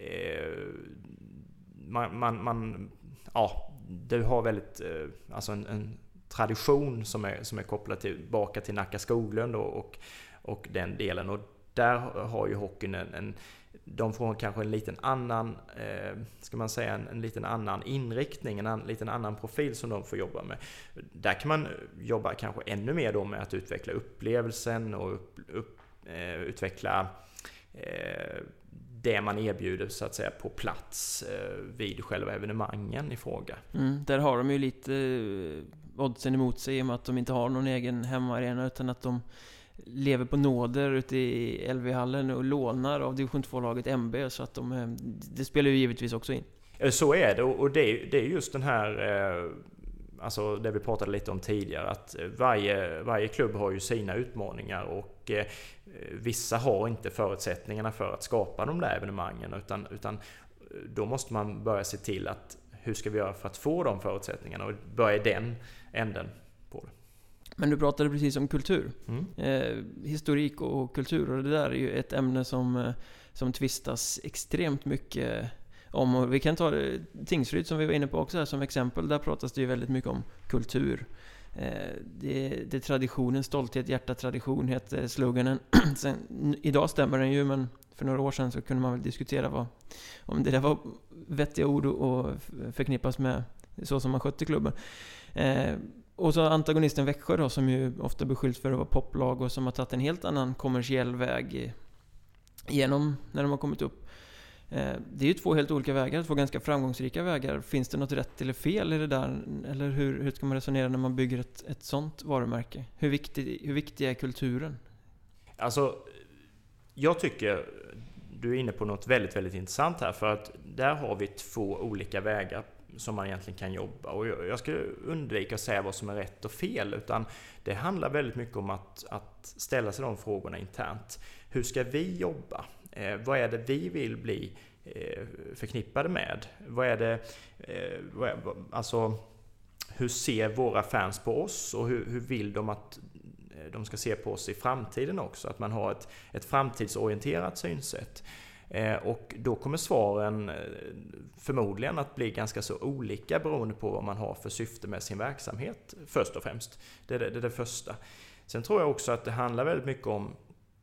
man, man, man ja, du har väldigt eh, alltså en, en tradition som är, som är kopplad tillbaka till Nacka Skoglund och, och, och den delen, och där har ju hockeyn en, en de får kanske en liten annan, eh, ska man säga, en, en liten annan inriktning, en an, liten annan profil som de får jobba med. Där kan man jobba kanske ännu mer då med att utveckla upplevelsen och upp, upp, eh, utveckla eh, det man erbjuder så att säga på plats eh, vid själva evenemangen i fråga. Mm, där har de ju lite oddsen emot sig i och med att de inte har någon egen hemmaarena, utan att de lever på nåder ute i L V-hallen och lånar av division två-laget M B, så att de, det spelar ju givetvis också in. Så är det, och det är, det är just den här, alltså det vi pratade lite om tidigare, att varje, varje klubb har ju sina utmaningar, och vissa har inte förutsättningarna för att skapa de där evenemangen, utan, utan då måste man börja se till att hur ska vi göra för att få de förutsättningarna, och börja i den änden på det. Men du pratade precis om kultur. Mm. Eh, historik och kultur, och det där är ju ett ämne som, som tvistas extremt mycket om. Och vi kan ta Tingsryd som vi var inne på också här som exempel. Där pratas det ju väldigt mycket om kultur. Eh, det, det är traditionen, stolthet, hjärta, tradition heter sloganen. Sen, idag stämmer den ju, men för några år sedan så kunde man väl diskutera vad, om det där var vettiga ord och förknippas med så som man skötte klubben. Eh, och så antagonisten Växjö då, som ju ofta beskylls för att vara poplag och som har tagit en helt annan kommersiell väg igenom när de har kommit upp. Eh, det är ju två helt olika vägar, två ganska framgångsrika vägar. Finns det något rätt eller fel i det där? Eller hur, hur ska man resonera när man bygger ett, ett sånt varumärke? Hur viktig, hur viktig är kulturen? Alltså, jag tycker du är inne på något väldigt, väldigt intressant här, för att där har vi två olika vägar som man egentligen kan jobba, och jag ska undvika att säga vad som är rätt och fel, utan det handlar väldigt mycket om att, att ställa sig de frågorna internt. Hur ska vi jobba? Eh, vad är det vi vill bli eh, förknippade med? Vad är det, eh, vad är, alltså, hur ser våra fans på oss, och hur, hur vill de att de ska se på oss i framtiden också? Att man har ett, ett framtidsorienterat synsätt. Eh, och då kommer svaren eh, förmodligen att bli ganska så olika beroende på vad man har för syfte med sin verksamhet, först och främst. Det är det, det, är det första. Sen tror jag också att det handlar väldigt mycket om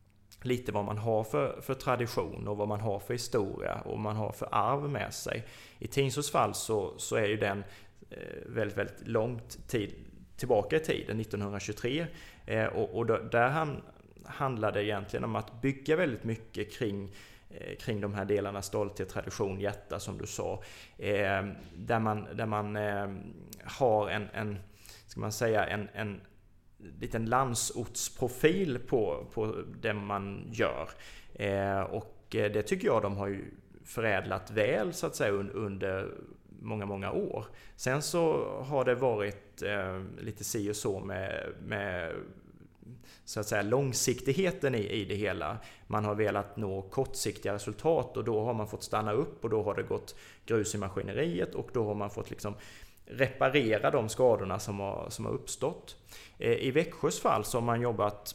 lite vad man har för, för tradition och vad man har för historia och vad man har för arv med sig. I Tingsryds fall så, så är ju den eh, väldigt, väldigt långt tid tillbaka i tiden, nittonhundratjugotre, eh, och, och då, där han, handlar det egentligen om att bygga väldigt mycket kring, eh, kring de här delarna, stolthet, tradition, hjärta som du sa, eh, där man, där man eh, har en, en, ska man säga, en, en liten landsortsprofil på, på det man gör, eh, och det tycker jag de har ju förädlat väl så att säga under många, många år. Sen så har det varit eh, lite si och så med, med så att säga långsiktigheten i, i det hela. Man har velat nå kortsiktiga resultat, och då har man fått stanna upp, och då har det gått grus i maskineriet, och då har man fått liksom reparera de skadorna som har, som har uppstått. Eh, I Växjös fall så har man jobbat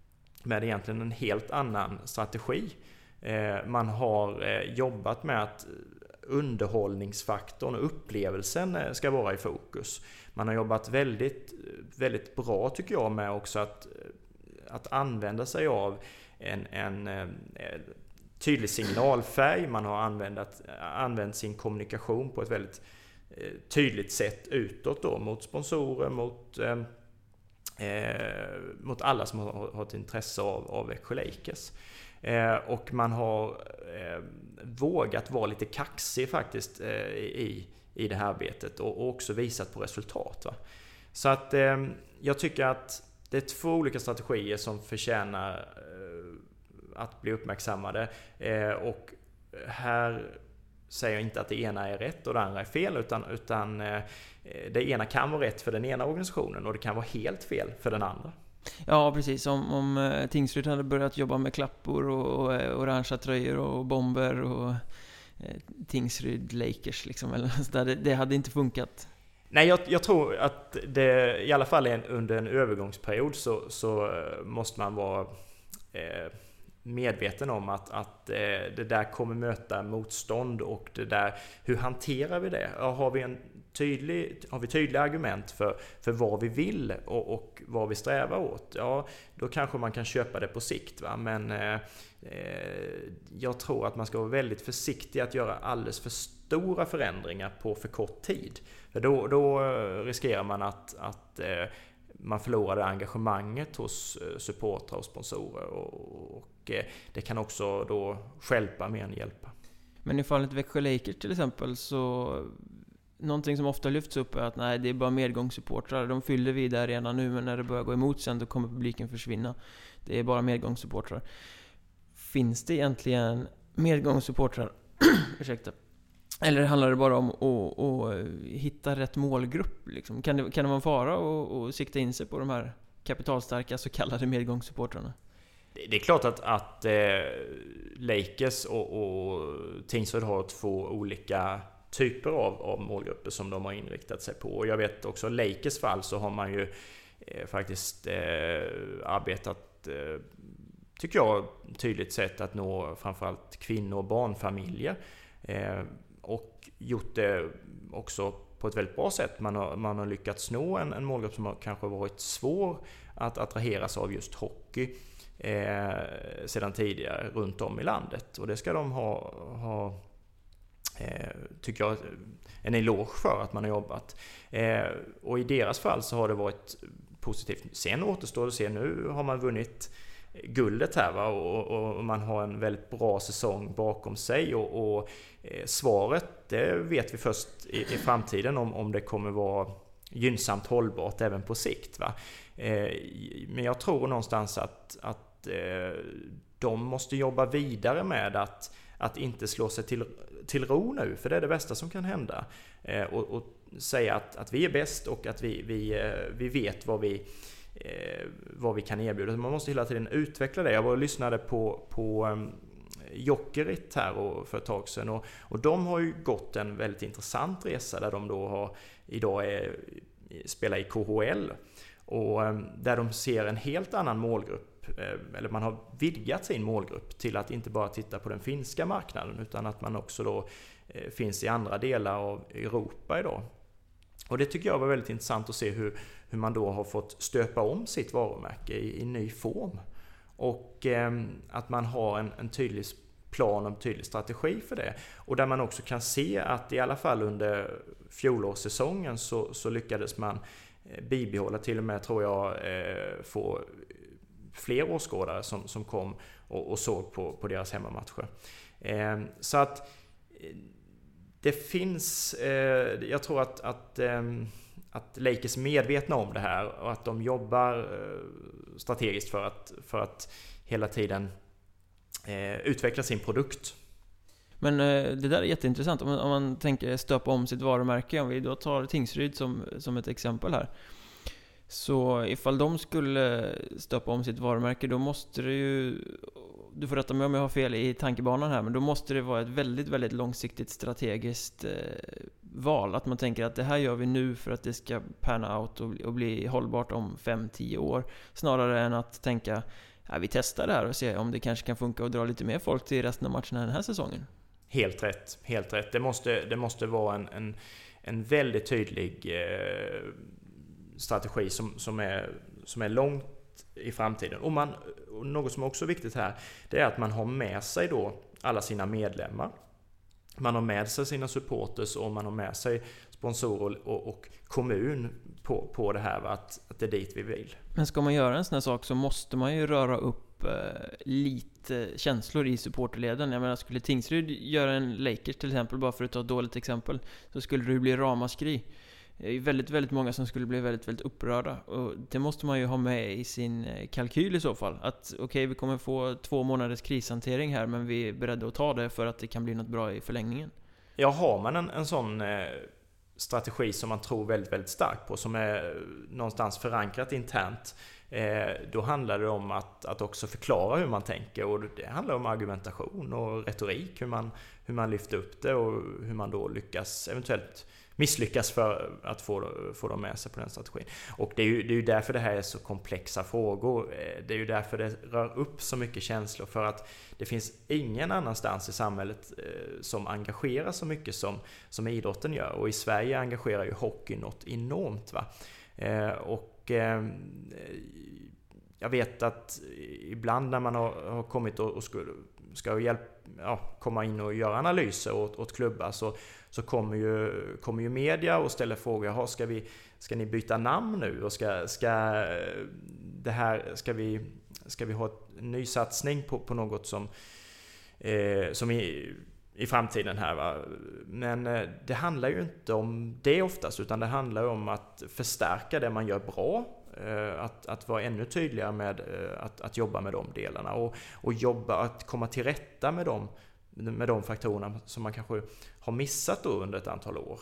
med egentligen en helt annan strategi. Eh, man har eh, jobbat med att underhållningsfaktorn och upplevelsen ska vara i fokus. Man har jobbat väldigt, väldigt bra tycker jag med också att, att använda sig av en, en, en tydlig signalfärg. Man har använt, använt sin kommunikation på ett väldigt tydligt sätt utåt då, mot sponsorer, mot, eh, mot alla som har, har ett intresse av, av Växjö Lakers. Eh, och man har eh, vågat vara lite kaxig faktiskt eh, i, i det här arbetet, och, och också visat på resultat. Va? Så att eh, jag tycker att det är två olika strategier som förtjänar eh, att bli uppmärksammade, eh, och här säger jag inte att det ena är rätt och det andra är fel, utan, utan eh, det ena kan vara rätt för den ena organisationen och det kan vara helt fel för den andra. Ja, precis. Om, om Tingsryd hade börjat jobba med klappor och, och orangea tröjor och bomber och eh, Tingsryd Lakers liksom, eller så där, det, det hade inte funkat. Nej, jag, jag tror att det i alla fall är en, under en övergångsperiod så, så måste man vara eh, medveten om att, att eh, det där kommer möta motstånd, och det där, hur hanterar vi det? Ja, har vi en tydlig, har vi tydliga argument för, för vad vi vill och, och vad vi strävar åt, ja, då kanske man kan köpa det på sikt. Va? Men eh, jag tror att man ska vara väldigt försiktig att göra alldeles för stora förändringar på för kort tid. För då, då riskerar man att, att eh, man förlorar det engagemanget hos supportrar och sponsorer, och, och eh, det kan också då stjälpa mer än hjälpa. Men i fallet Växjö Lakers till exempel så någonting som ofta lyfts upp är att nej, det är bara medgångssupportrar. De fyller vid där redan nu, men när det börjar gå emot sen då kommer publiken försvinna. Det är bara medgångssupportrar. Finns det egentligen medgångssupportrar? Ursäkta. Eller handlar det bara om att, att hitta rätt målgrupp? Liksom? Kan, det, kan det vara en fara att, att sikta in sig på de här kapitalstarka så kallade medgångssupportrarna? Det är klart att, att eh, Lakers och, och Tingsryd har två olika typer av, av målgrupper som de har inriktat sig på. Och jag vet också i Lakers fall så har man ju eh, faktiskt eh, arbetat, eh, tycker jag, tydligt sätt att nå framförallt kvinnor och barnfamiljer. Eh, och gjort det också på ett väldigt bra sätt. Man har, man har lyckats nå en, en målgrupp som har kanske varit svår att attraheras av just hockey eh, sedan tidigare runt om i landet. Och det ska de ha, ha eh, tycker jag, en eloge för att man har jobbat. Eh, och i deras fall så har det varit positivt. Sen återstår det att se, nu har man vunnit guldet här, va? Och, och man har en väldigt bra säsong bakom sig och, och eh, svaret, det vet vi först i, i framtiden om, om det kommer vara gynnsamt hållbart även på sikt, va? Eh, men jag tror någonstans att, att eh, de måste jobba vidare med att, att inte slå sig till, till ro nu, för det är det bästa som kan hända, eh, och, och säga att, att vi är bäst och att vi, vi, eh, vi vet vad vi Eh, vad vi kan erbjuda. Man måste hela tiden utveckla det. Jag var och lyssnade på, på um, Jokerit här och, för ett tag sedan, och, och de har ju gått en väldigt intressant resa där de då har, idag är, spelar i K H L, och um, där de ser en helt annan målgrupp, eh, eller man har vidgat sin målgrupp till att inte bara titta på den finska marknaden, utan att man också då eh, finns i andra delar av Europa idag. Och det tycker jag var väldigt intressant att se hur, hur man då har fått stöpa om sitt varumärke i, i ny form. Och eh, att man har en, en tydlig plan och en tydlig strategi för det. Och där man också kan se att i alla fall under fjolårssäsongen så, så lyckades man eh, bibehålla, till och med tror jag, eh, få fler åskådare som, som kom och, och såg på, på deras hemmamatcher. Eh, så att eh, det finns, eh, jag tror att, att, eh, att Lakers är medvetna om det här och att de jobbar eh, strategiskt för att, för att hela tiden eh, utveckla sin produkt. Men eh, det där är jätteintressant. Om man, om man tänker stöpa om sitt varumärke, om vi då tar Tingsryd som, som ett exempel här. Så ifall de skulle stöpa om sitt varumärke, då måste det ju, du får rätta mig om jag har fel i tankebanan här, men då måste det vara ett väldigt, väldigt långsiktigt strategiskt eh, val. Att man tänker att det här gör vi nu för att det ska panna out och, och bli hållbart om fem till tio år. Snarare än att tänka, ja, vi testar det här och ser om det kanske kan funka och dra lite mer folk till resten av matcherna den här säsongen. Helt rätt, helt rätt. Det måste, det måste vara en, en, en väldigt tydlig eh, strategi som, som, är, som är långt i framtiden. Och, man, och något som är också viktigt här, det är att man har med sig då alla sina medlemmar. Man har med sig sina supporters och man har med sig sponsorer och, och kommun på, på det här, att, att det är dit vi vill. Men ska man göra en sån här sak så måste man ju röra upp eh, lite känslor i supporterleden. Jag menar, skulle Tingsryd göra en Lakers till exempel, bara för att ta ett dåligt exempel, så skulle det ju bli ramaskri. Det är väldigt, väldigt många som skulle bli väldigt, väldigt upprörda. Och det måste man ju ha med i sin kalkyl i så fall. Att okej, okay, vi kommer få två månaders krishantering här, men vi är beredda att ta det för att det kan bli något bra i förlängningen. Ja, har man en, en sån eh, strategi som man tror väldigt, väldigt starkt på, som är någonstans förankrat internt, eh, då handlar det om att, att också förklara hur man tänker. Och det handlar om argumentation och retorik, hur man, hur man lyfter upp det och hur man då lyckas eventuellt misslyckas för att få, få dem med sig på den strategin. Och det är, ju, det är ju därför det här är så komplexa frågor. Det är ju därför det rör upp så mycket känslor, för att det finns ingen annanstans i samhället eh, som engagerar så mycket som, som idrotten gör. Och i Sverige engagerar ju hockey något enormt, va? Eh, och eh, jag vet att ibland när man har, har kommit och, och skulle, ska hjälpa, ja, komma in och göra analyser åt, åt klubbar, så så kommer ju, kommer ju media och ställer frågor. Ska, vi, ska ni byta namn nu? Och ska, ska, det här, ska, vi, ska vi ha en ny satsning på, på något som, eh, som, är, i framtiden här, va? Men det handlar ju inte om det oftast, utan det handlar om att förstärka det man gör bra, att, att vara ännu tydligare med att, att jobba med de delarna och, och jobba att komma till rätta med de, med de faktorerna som man kanske har missat då under ett antal år.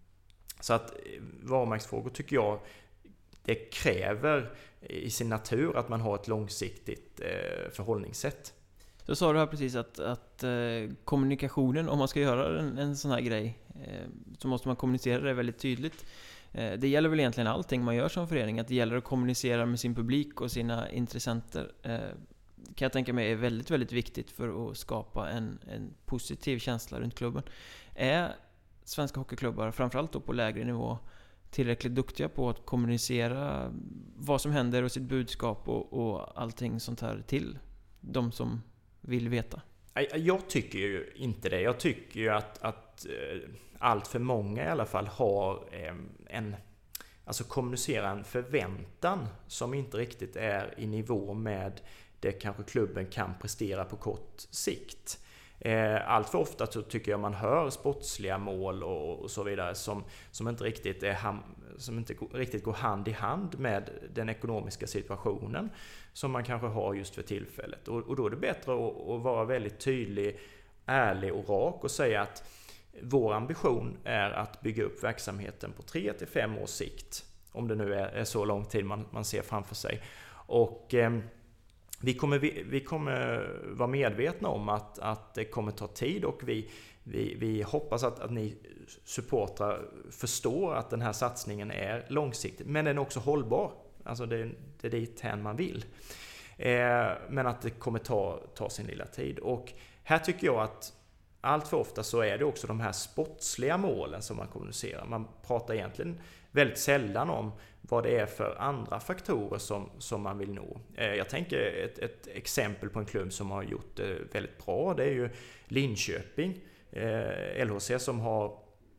Så att varumärkesfrågor tycker jag det kräver i sin natur att man har ett långsiktigt förhållningssätt. Så sa du här precis att, att eh, kommunikationen, om man ska göra en, en sån här grej, eh, så måste man kommunicera det väldigt tydligt. Eh, det gäller väl egentligen allting man gör som förening, att det gäller att kommunicera med sin publik och sina intressenter. Eh, kan jag tänka mig är väldigt, väldigt viktigt för att skapa en, en positiv känsla runt klubben. Är svenska hockeyklubbar, framförallt då på lägre nivå, tillräckligt duktiga på att kommunicera vad som händer och sitt budskap och, och allting sånt här till de som vill veta? Jag tycker ju inte det. Jag tycker ju att, att allt för många i alla fall har en, alltså kommunicerar en förväntan som inte riktigt är i nivå med det kanske klubben kan prestera på kort sikt. Allt för ofta så tycker jag man hör sportsliga mål och, och så vidare som, som, inte riktigt är ham, som inte riktigt går hand i hand med den ekonomiska situationen som man kanske har just för tillfället. Och, och då är det bättre att, att vara väldigt tydlig, ärlig och rak och säga att vår ambition är att bygga upp verksamheten på tre till fem års sikt, om det nu är, är så lång tid man, man ser framför sig. Och eh, Vi kommer, vi, vi kommer vara medvetna om att, att det kommer ta tid och vi, vi, vi hoppas att, att ni supportrar förstår att den här satsningen är långsiktig, men den är också hållbar. Alltså det, det är dit hän man vill. Eh, men att det kommer ta, ta sin lilla tid. Och här tycker jag att allt för ofta så är det också de här sportsliga målen som man kommunicerar. Man pratar egentligen väldigt sällan om vad det är för andra faktorer som, som man vill nå. Jag tänker ett, ett exempel på en klubb som har gjort det väldigt bra, det är ju Linköping, eh, L H C, som har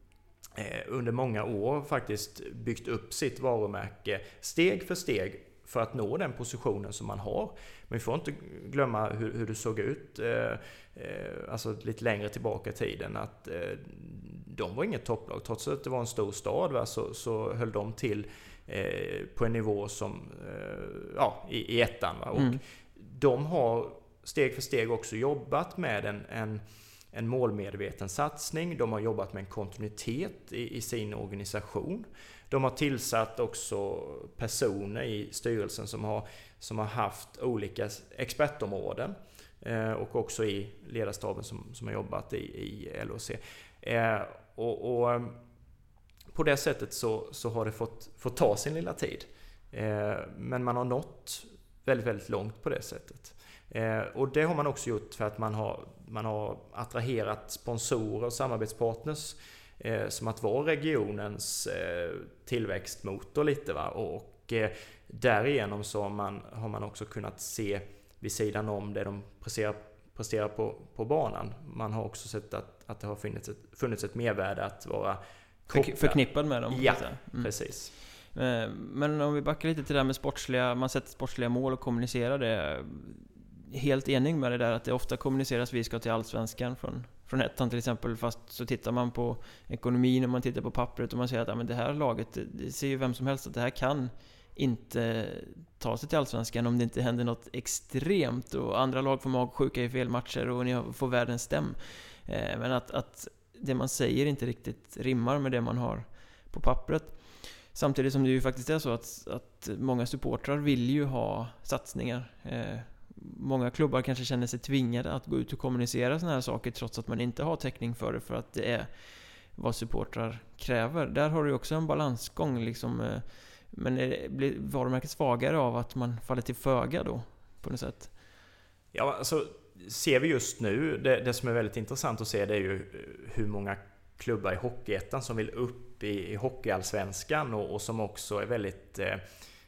eh, under många år faktiskt byggt upp sitt varumärke steg för steg för att nå den positionen som man har. Men vi får inte glömma hur, hur det såg ut eh, eh, alltså lite längre tillbaka i tiden, att eh, de var inget topplag. Trots att det var en stor stad, va, så, så höll de till eh, på en nivå som eh, ja, i, i ettan. Va? Och mm. de har steg för steg också jobbat med en, en, en målmedveten satsning. De har jobbat med en kontinuitet i, i sin organisation. De har tillsatt också personer i styrelsen som har, som har haft olika expertområden eh, och också i ledarstaben som, som har jobbat i, i L H C. Eh, och, och på det sättet så, så har det fått, fått ta sin lilla tid. Eh, men man har nått väldigt, väldigt långt på det sättet. Eh, och det har man också gjort för att man har, man har attraherat sponsorer och samarbetspartners eh, som att vara regionens eh, tillväxtmotor lite, va? Och, och eh, därigenom så har man, har man också kunnat se vid sidan om det de presterar, presterar på, på banan. Man har också sett att, att det har funnits ett, funnits ett mervärde att vara kopplad. Förknippad med dem. Ja, mm. precis. Men om vi backar lite till det här med sportsliga, man sätter sportsliga mål och kommunicerar det. Helt enig med det där att det ofta kommuniceras vi ska till Allsvenskan från, från ettan till exempel, fast så tittar man på ekonomin och man tittar på pappret och man säger att ja, men det här laget, det, det ser ju vem som helst att det här kan inte ta sig till Allsvenskan om det inte händer något extremt och andra lag får magsjuka i fel matcher och ni får världens stäm. Eh, men att, att det man säger inte riktigt rimmar med det man har på pappret. Samtidigt som det ju faktiskt är så att, att många supportrar vill ju ha satsningar. Eh, många klubbar kanske känner sig tvingade att gå ut och kommunicera såna här saker trots att man inte har täckning för det, för att det är vad supportrar kräver. Där har du också en balansgång liksom, eh, men är, blir varumärket svagare av att man faller till föga då på något sätt? Ja, alltså ser vi just nu, det, det som är väldigt intressant att se, det är ju hur många klubbar i Hockeyettan som vill upp i, i Hockeyallsvenskan och, och som också är väldigt eh,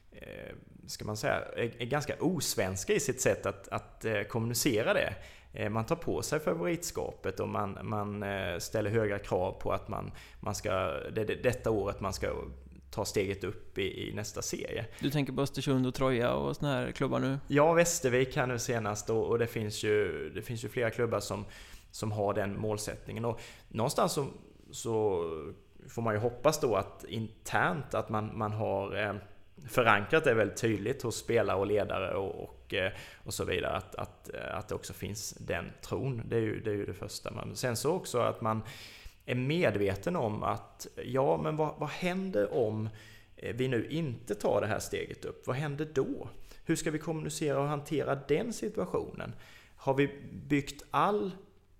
ska man säga, är, är ganska osvenska i sitt sätt att, att eh, kommunicera det. Eh, man tar på sig favoritskapet och man, man eh, ställer höga krav på att man, man ska, det, det, detta året man ska ta steget upp i, i nästa serie. Du tänker på Östersund och Troja och såna här klubbar nu? Ja, Västervik här nu senast och, och det finns ju det finns ju flera klubbar som som har den målsättningen. Och någonstans så, så får man ju hoppas då att internt att man, man har eh, förankrat det väldigt tydligt hos spelare och ledare och, och, och så vidare, att, att, att det också finns den tron. Det är ju det, är ju det första. Men sen så också att man är medveten om att ja, men vad, vad händer om vi nu inte tar det här steget upp? Vad händer då? Hur ska vi kommunicera och hantera den situationen? Har vi byggt all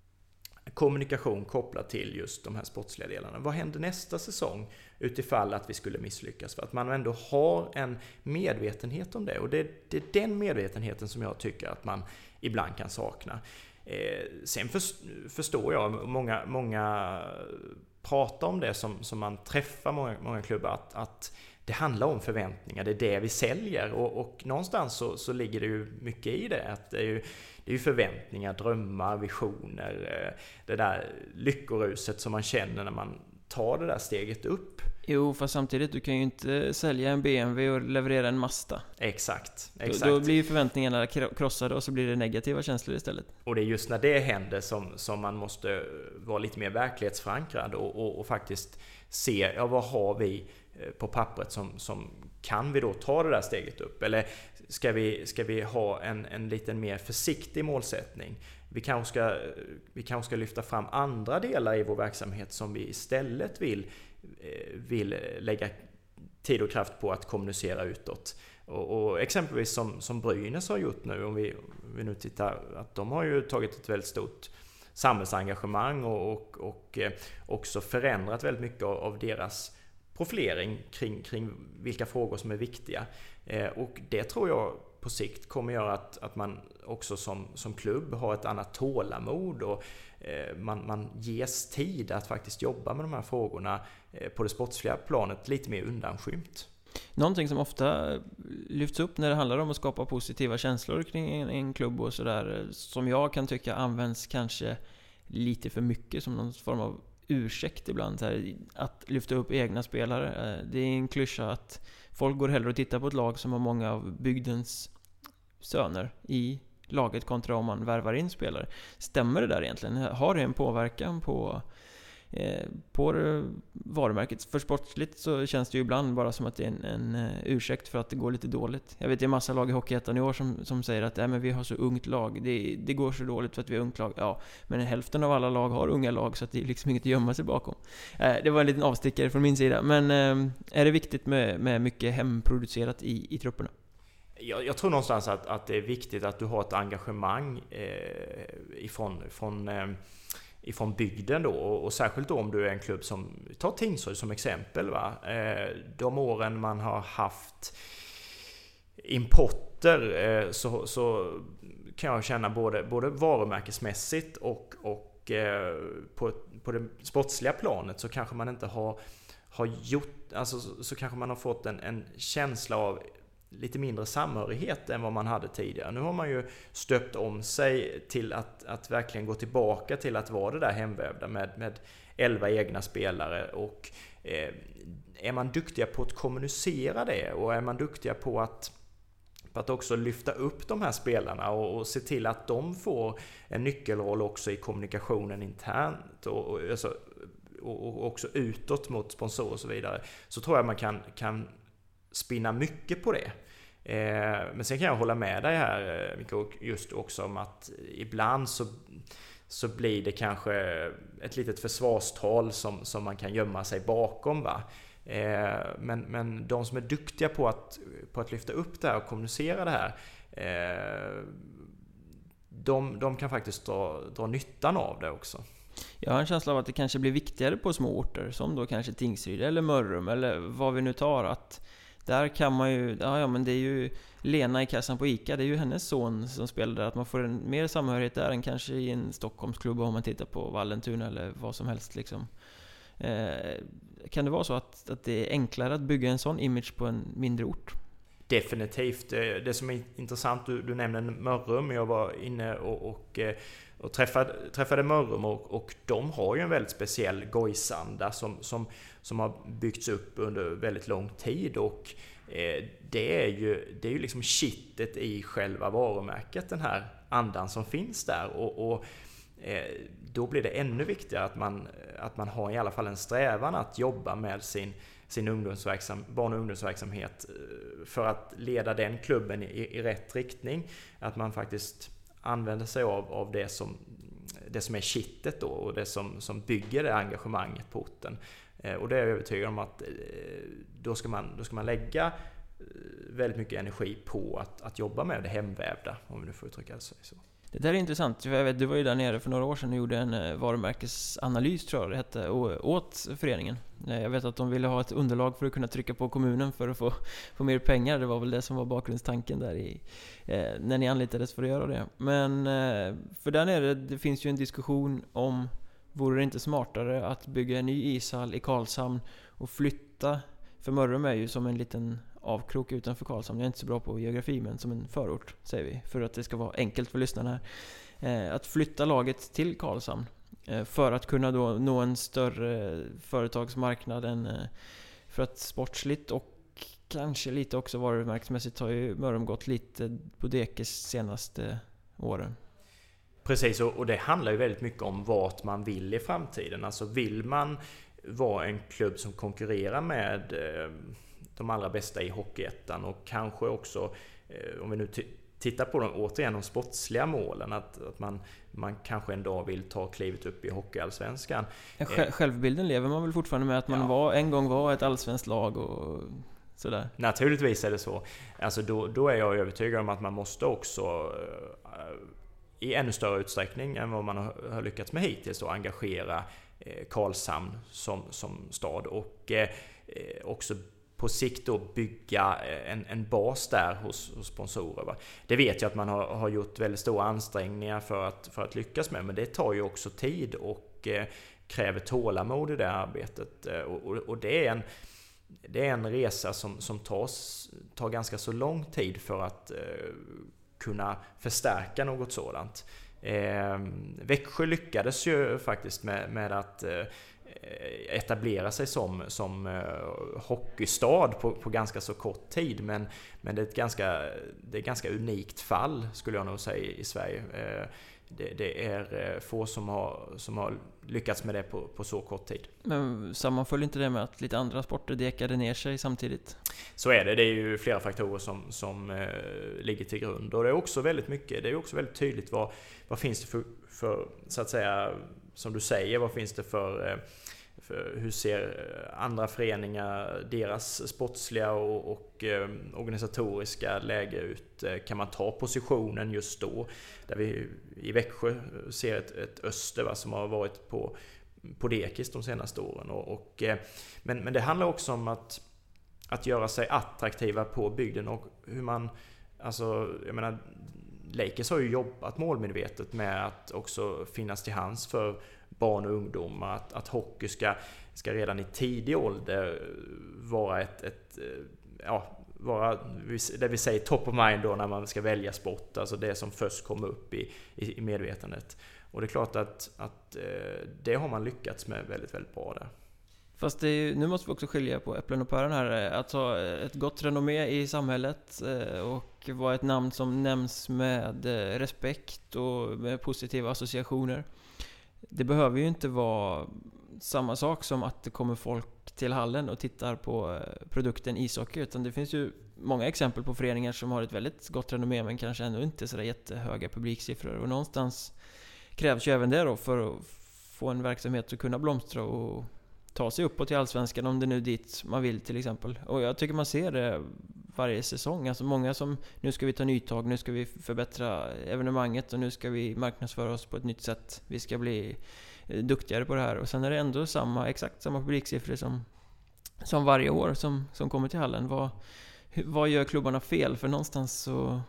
kommunikation kopplat till just de här sportsliga delarna? Vad händer nästa säsong utifall att vi skulle misslyckas? För att man ändå har en medvetenhet om det. Och det, det är den medvetenheten som jag tycker att man ibland kan sakna. Eh, sen för, förstår jag, många, många pratar om det som, som man träffar många, många klubbar, att, att det handlar om förväntningar, det är det vi säljer. Och, och någonstans så, så ligger det ju mycket i det. Att det är ju, det är ju förväntningar, drömmar, visioner, det där lyckoruset som man känner när man tar det där steget upp. Jo, fast samtidigt, du kan ju inte sälja en B M W och leverera en Mazda. Exakt, exakt. Då, då blir förväntningarna krossade och så blir det negativa känslor istället. Och det är just när det händer som, som man måste vara lite mer verklighetsförankrad och, och, och faktiskt se, ja, vad har vi på pappret som, som kan vi då ta det där steget upp? Eller ska vi, ska vi ha en, en lite mer försiktig målsättning? Vi kanske, ska, vi kanske ska lyfta fram andra delar i vår verksamhet som vi istället vill, vill lägga tid och kraft på att kommunicera utåt. Och, och exempelvis som, som Brynäs har gjort nu, om vi, om vi nu tittar, att de har ju tagit ett väldigt stort samhällsengagemang och, och, och också förändrat väldigt mycket av, av deras profilering kring, kring vilka frågor som är viktiga. Eh, och det tror jag på sikt kommer göra att, att man också som, som klubb har ett annat tålamod och eh, man, man ges tid att faktiskt jobba med de här frågorna eh, på det sportsliga planet lite mer undanskymt. Någonting som ofta lyfts upp när det handlar om att skapa positiva känslor kring en, en klubb och sådär, som jag kan tycka används kanske lite för mycket som någon form av ursäkt ibland här, att lyfta upp egna spelare. Det är en klyscha att folk går hellre och tittar på ett lag som har många av bygdens söner i laget kontra om man värvar in spelare. Stämmer det där egentligen? Har det en påverkan på eh, på varumärket? För sportsligt så känns det ju ibland bara som att det är en, en ursäkt för att det går lite dåligt. Jag vet det är massa lag i Hockeyettan i år som, som säger att äh, men vi har så ungt lag, det, det går så dåligt för att vi har ungt lag. Ja, men hälften av alla lag har unga lag så att det är liksom inget att gömma sig bakom. Eh, det var en liten avstickare från min sida. Men eh, är det viktigt med, med mycket hemproducerat i, i trupperna? Jag, jag tror någonstans att, att det är viktigt att du har ett engagemang eh, ifrån, ifrån, eh, ifrån bygden då, och, och särskilt då om du är en klubb som, ta Tingsryd som exempel, va? Eh, de åren man har haft importer eh, så, så kan jag känna både, både varumärkesmässigt och, och eh, på, på det sportsliga planet så kanske man inte har, har gjort, alltså så, så kanske man har fått en, en känsla av lite mindre samhörighet än vad man hade tidigare. Nu har man ju stöpt om sig till att, att verkligen gå tillbaka till att vara det där hemvävda med, med elva egna spelare, och eh, är man duktiga på att kommunicera det och är man duktiga på att, på att också lyfta upp de här spelarna och, och se till att de får en nyckelroll också i kommunikationen internt och, och, alltså, och, och också utåt mot sponsorer och så vidare, så tror jag man kan, kan spinna mycket på det. Eh, men sen kan jag hålla med dig här, Mikael, just också om att ibland så, så blir det kanske ett litet försvarstal som, som man kan gömma sig bakom, va? Eh, men, men de som är duktiga på att, på att lyfta upp det här och kommunicera det här, eh, de, de kan faktiskt dra, dra nyttan av det också. Jag har en känsla av att det kanske blir viktigare på små orter som då kanske Tingsryd eller Mörrum eller vad vi nu tar, att där kan man ju, ja, ja men det är ju Lena i kassan på ICA, det är ju hennes son som spelar där, att man får en mer samhörighet där än kanske i en Stockholmsklubb om man tittar på Vallentuna eller vad som helst liksom. Eh, kan det vara så att, att det är enklare att bygga en sån image på en mindre ort? Definitivt. Det som är intressant, du, du nämnde Mörrum, jag var inne och, och, och träffade, träffade Mörrum och, och de har ju en väldigt speciell gojsanda som, som, som har byggts upp under väldigt lång tid, och eh, det är ju, det är ju liksom kittet i själva varumärket, den här andan som finns där, och, och då blir det ännu viktigare att man, att man har i alla fall en strävan att jobba med sin, sin ungdomsverksam, barn- och ungdomsverksamhet för att leda den klubben i, i rätt riktning. Att man faktiskt använder sig av, av det, som, det som är kittet då, och det som, som bygger det engagemanget på orten. Och det är jag övertygad om att då ska man, då ska man lägga väldigt mycket energi på att, att jobba med det hemvävda, om vi nu får uttrycka sig så. Det där är intressant. Jag vet, du var ju där nere för några år sedan och gjorde en varumärkesanalys, tror jag det hette, åt föreningen. Jag vet att de ville ha ett underlag för att kunna trycka på kommunen för att få, få mer pengar. Det var väl det som var bakgrundstanken där i, eh, när ni anlitades för att göra det. Men eh, för där nere, det finns ju en diskussion om, vore det inte smartare att bygga en ny ishall i Karlshamn och flytta, för Mörrum är ju som en liten avkrok utanför Karlshamn. Jag är inte så bra på geografi, men som en förort, säger vi, för att det ska vara enkelt för lyssnarna här. Eh, att flytta laget till Karlshamn eh, för att kunna då nå en större företagsmarknad än, eh, för att sportsligt och kanske lite också varumärkesmässigt har ju Mörrum gått lite på dekes senaste åren. Precis, och det handlar ju väldigt mycket om vart man vill i framtiden. Alltså vill man vara en klubb som konkurrerar med eh, de allra bästa i Hockeyettan, och kanske också, eh, om vi nu t- tittar på de, återigen de sportsliga målen, att, att man, man kanske en dag vill ta klivet upp i Hockeyallsvenskan. Ja, själv, självbilden lever man väl fortfarande med, att man ja. var, en gång var ett allsvenskt lag och sådär. Naturligtvis är det så. Alltså då, då är jag övertygad om att man måste också eh, i ännu större utsträckning än vad man har, har lyckats med hittills då, engagera eh, Karlshamn som, som stad, och eh, också på sikt då bygga en, en bas där hos, hos sponsorer. Va? Det vet jag att man har, har gjort väldigt stora ansträngningar för att, för att lyckas med, men det tar ju också tid och eh, kräver tålamod i det arbetet. Och, och, och det är en, det är en resa som, som tas, tar ganska så lång tid för att eh, kunna förstärka något sådant. Eh, Växjö lyckades ju faktiskt med, med att eh, etablera sig som, som uh, hockeystad på, på ganska så kort tid, men, men det är ett ganska, det är ett ganska unikt fall, skulle jag nog säga, i Sverige. Uh, det, det är uh, få som har, som har lyckats med det på, på så kort tid. Men sammanföljer inte det med att lite andra sporter dekade ner sig samtidigt? Så är det. Det är ju flera faktorer som, som uh, ligger till grund, och det är också väldigt mycket, det är också väldigt tydligt vad, vad finns det för, för, så att säga, som du säger, vad finns det för, för hur ser andra föreningar, deras sportsliga och, och eh, organisatoriska läge ut? Kan man ta positionen just då? Där vi i Växjö ser ett, ett Öster, va, som har varit på, på dekis de senaste åren. Och, och, men, men det handlar också om att, att göra sig attraktiva på bygden, och hur man, alltså, jag menar, Lakers har ju jobbat målmedvetet med att också finnas till hands för barn och ungdomar, att, att hockey ska, ska redan i tidig ålder vara ett, ett ja, vara, det vi säger top of mind då, när man ska välja sport, alltså det som först kommer upp i, i, i medvetandet. Och det är klart att, att det har man lyckats med väldigt, väldigt bra där. Fast det är ju, nu måste vi också skilja på äpplen och päron här. Att ha ett gott renommé i samhället och vara ett namn som nämns med respekt och med positiva associationer. Det behöver ju inte vara samma sak som att det kommer folk till hallen och tittar på produkten ishockey, utan det finns ju många exempel på föreningar som har ett väldigt gott renommé men kanske ändå inte så där jättehöga publiksiffror, och någonstans krävs ju även det då för att få en verksamhet att kunna blomstra och ta sig uppåt till allsvenskan, om det nu är dit man vill till exempel. Och jag tycker man ser det varje säsong. Alltså många som, nu ska vi ta nytag, nu ska vi förbättra evenemanget och nu ska vi marknadsföra oss på ett nytt sätt. Vi ska bli duktigare på det här. Och sen är det ändå samma, exakt samma publiksiffror som, som varje år som, som kommer till hallen. Vad, vad gör klubbarna fel? För någonstans så,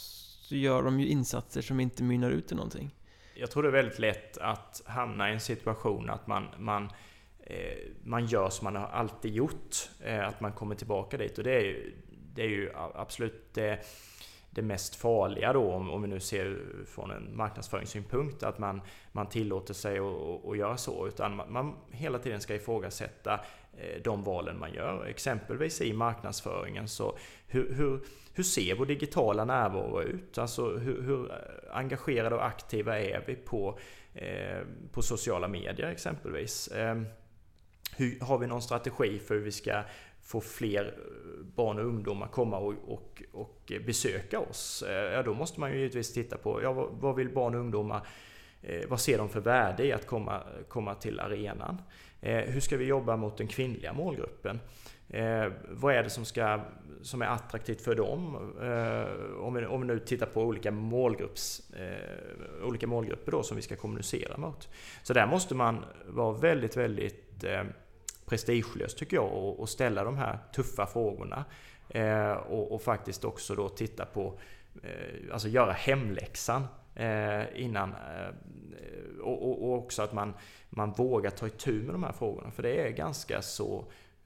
så gör de ju insatser som inte mynnar ut i någonting. Jag tror det är väldigt lätt att hamna i en situation att man, man man gör som man har alltid gjort, att man kommer tillbaka dit, och det är ju, det är ju absolut det, det mest farliga då, om, om vi nu ser från en marknadsföringssynpunkt, att man, man tillåter sig att, att göra så, utan man, man hela tiden ska ifrågasätta de valen man gör. Exempelvis i marknadsföringen, så hur, hur, hur ser vår digitala närvaro ut? Alltså hur, hur engagerade och aktiva är vi på eh, på sociala medier exempelvis. Eh, hur, har vi någon strategi för hur vi ska få fler barn och ungdomar komma och, och, och besöka oss? Ja, då måste man ju givetvis titta på, ja, vad vill barn och ungdomar, eh, vad ser de för värde i att komma, komma till arenan? Eh, hur ska vi jobba mot den kvinnliga målgruppen? Eh, vad är det som, ska, som är attraktivt för dem? Eh, om, vi, om vi nu tittar på olika, målgrupps, eh, olika målgrupper då, som vi ska kommunicera mot. Så där måste man vara väldigt, väldigt eh, prestigelös tycker jag och, och ställa de här tuffa frågorna. Eh, och, och faktiskt också då titta på, eh, alltså göra hemläxan eh, innan. Eh, och, och, och också att man, man vågar ta itu med de här frågorna. För det är ganska så...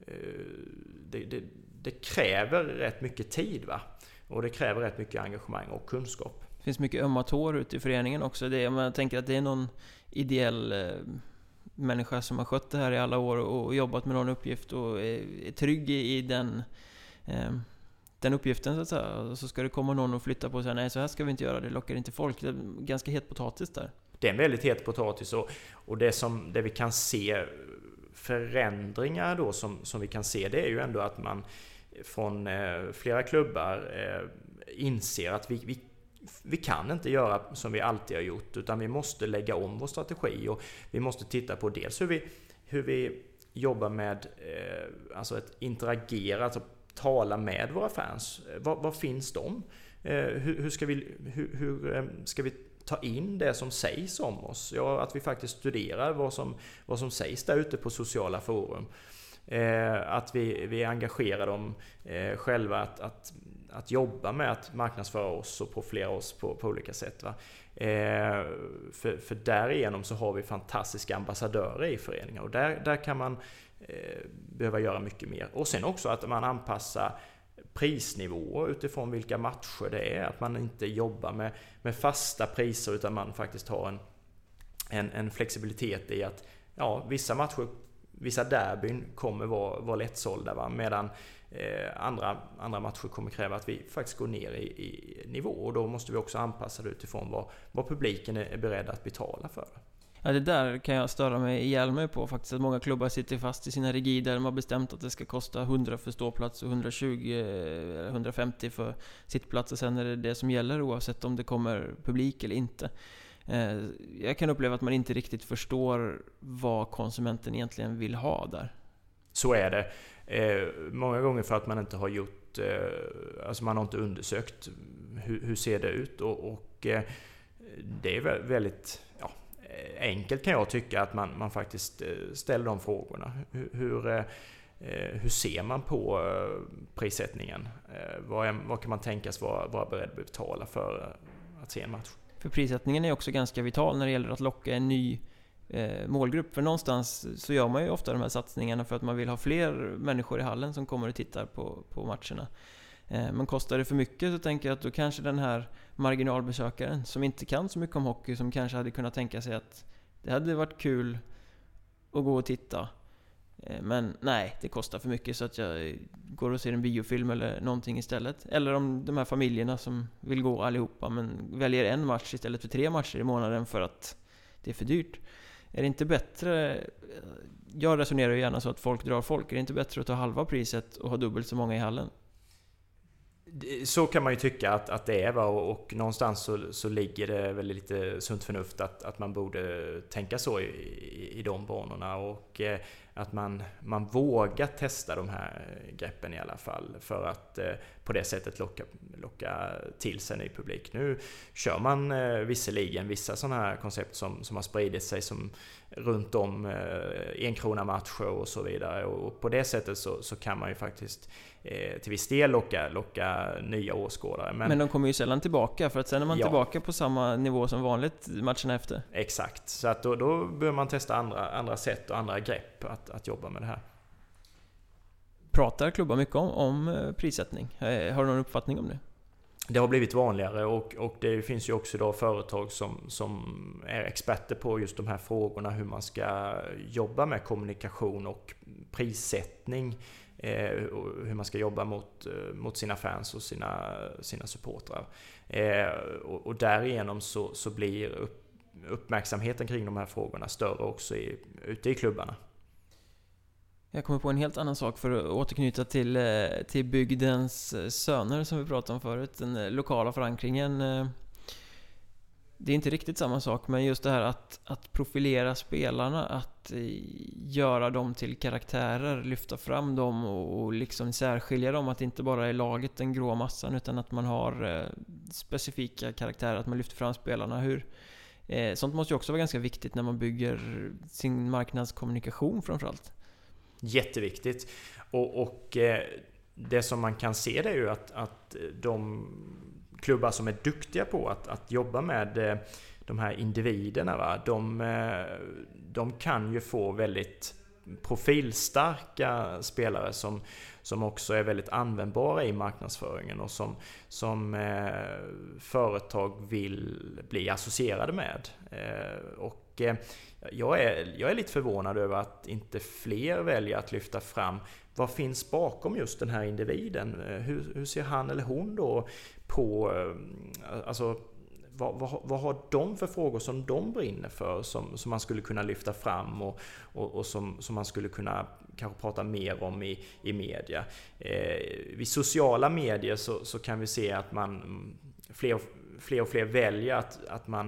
Det, det, det kräver rätt mycket tid, va? Och det kräver rätt mycket engagemang och kunskap. Det finns mycket ömma tår ute i föreningen också. Det, man tänker att det är någon ideell eh, människa som har skött det här i alla år och, och jobbat med någon uppgift och är, är trygg i, i den, eh, den uppgiften så att säga. Och så ska det komma någon och flytta på sig. Nej, så här ska vi inte göra. Det lockar inte folk. Det är ganska het potatis där. Det är en väldigt het potatis och, och det, som, det vi kan se... förändringar då som, som vi kan se, det är ju ändå att man från eh, flera klubbar eh, inser att vi, vi, vi kan inte göra som vi alltid har gjort, utan vi måste lägga om vår strategi och vi måste titta på dels hur vi, hur vi jobbar med eh, alltså ett interagera, alltså tala med våra fans. Var, var finns de? Eh, hur, hur, ska vi, hur, hur eh, ska vi ta in det som sägs om oss? Ja, att vi faktiskt studerar vad som, vad som sägs där ute på sociala forum. Eh, att vi, vi engagerar dem eh, själva att, att, att jobba med att marknadsföra oss och profilera oss på, på olika sätt. Va? Eh, för, för därigenom så har vi fantastiska ambassadörer i föreningar och där, där kan man eh, behöva göra mycket mer. Och sen också att man anpassar prisnivåer utifrån vilka matcher det är. Att man inte jobbar med, med fasta priser utan man faktiskt har en, en, en flexibilitet i att ja, vissa matcher, vissa derbyn kommer vara, vara lättsålda, va? Medan eh, andra, andra matcher kommer kräva att vi faktiskt går ner i, i nivå och då måste vi också anpassa det utifrån vad, vad publiken är beredd att betala för. Ja, det där kan jag störa mig ihjäl mig på faktiskt, att många klubbar sitter fast i sina rigider. De har bestämt att det ska kosta hundra för ståplats och hundratjugo eller hundrafemtio för sittplats och sen är det det som gäller oavsett om det kommer publik eller inte. Jag kan uppleva att man inte riktigt förstår vad konsumenten egentligen vill ha där. Så är det. Eh, många gånger för att man inte har gjort, eh, alltså man har inte undersökt hur, hur ser det ut och, och eh, det är väldigt ja, enkelt kan jag tycka att man, man faktiskt ställer de frågorna. Hur, hur, hur ser man på prissättningen? Vad, är, vad kan man tänkas vara, vara beredd att betala för att se en match? För prissättningen är också ganska vital när det gäller att locka en ny eh, målgrupp. För någonstans så gör man ju ofta de här satsningarna för att man vill ha fler människor i hallen som kommer och tittar på, på matcherna. Eh, men kostar det för mycket så tänker jag att då kanske den här marginalbesökaren som inte kan så mycket om hockey, som kanske hade kunnat tänka sig att det hade varit kul att gå och titta. Eh, men nej, det kostar för mycket så att jag går och ser en biofilm eller någonting istället. Eller om de här familjerna som vill gå allihopa men väljer en match istället för tre matcher i månaden för att det är för dyrt. Är det inte bättre, jag resonerar ju gärna så att folk drar folk, är det inte bättre att ta halva priset och ha dubbelt så många i hallen? Så kan man ju tycka att, att det är, va? Och, och någonstans så, så ligger det väl lite sunt förnuft att, att man borde tänka så i, i, i de banorna och eh, att man, man vågar testa de här greppen i alla fall för att eh, på det sättet locka, locka till sig ny publik. Nu kör man eh, visserligen vissa sådana här koncept som, som har spridit sig som runt om eh, en krona matcher och så vidare och på det sättet så, så kan man ju faktiskt eh, till viss del locka, locka nya åskådare. Men, Men de kommer ju sällan tillbaka för att sen är man ja. tillbaka på samma nivå som vanligt matcherna efter. Exakt, så att då, då bör man testa andra, andra sätt och andra grepp att, att jobba med det här. Pratar klubbar mycket om, om prissättning? Har du någon uppfattning om det? Det har blivit vanligare och, och det finns ju också idag företag som, som är experter på just de här frågorna, hur man ska jobba med kommunikation och prissättning, eh, och hur man ska jobba mot, mot sina fans och sina, sina supportrar. Eh, och, och därigenom så, så blir upp, uppmärksamheten kring de här frågorna större också i, ute i klubbarna. Jag kommer på en helt annan sak för att återknyta till, till bygdens söner som vi pratade om förut, den lokala förankringen. Det är inte riktigt samma sak, men just det här att, att profilera spelarna, att göra dem till karaktärer, lyfta fram dem och, och liksom särskilja dem, att inte bara är laget den grå massan utan att man har eh, specifika karaktärer, att man lyfter fram spelarna. Hur, eh, sånt måste ju också vara ganska viktigt när man bygger sin marknadskommunikation framförallt. Jätteviktigt. Och, och eh, det som man kan se det är ju att, att de klubbar som är duktiga på att, att jobba med eh, de här individerna, va? De, eh, de kan ju få väldigt profilstarka spelare som, som också är väldigt användbara i marknadsföringen och som, som eh, företag vill bli associerade med. Eh, och eh, jag, är, jag är lite förvånad över att inte fler väljer att lyfta fram vad finns bakom just den här individen. Hur, hur ser han eller hon då på, alltså vad, vad, vad har de för frågor som de brinner för, som, som man skulle kunna lyfta fram och, och, och som, som man skulle kunna kanske prata mer om i, i media. Eh, vid sociala medier så, så kan vi se att man fler, fler och fler väljer att, att man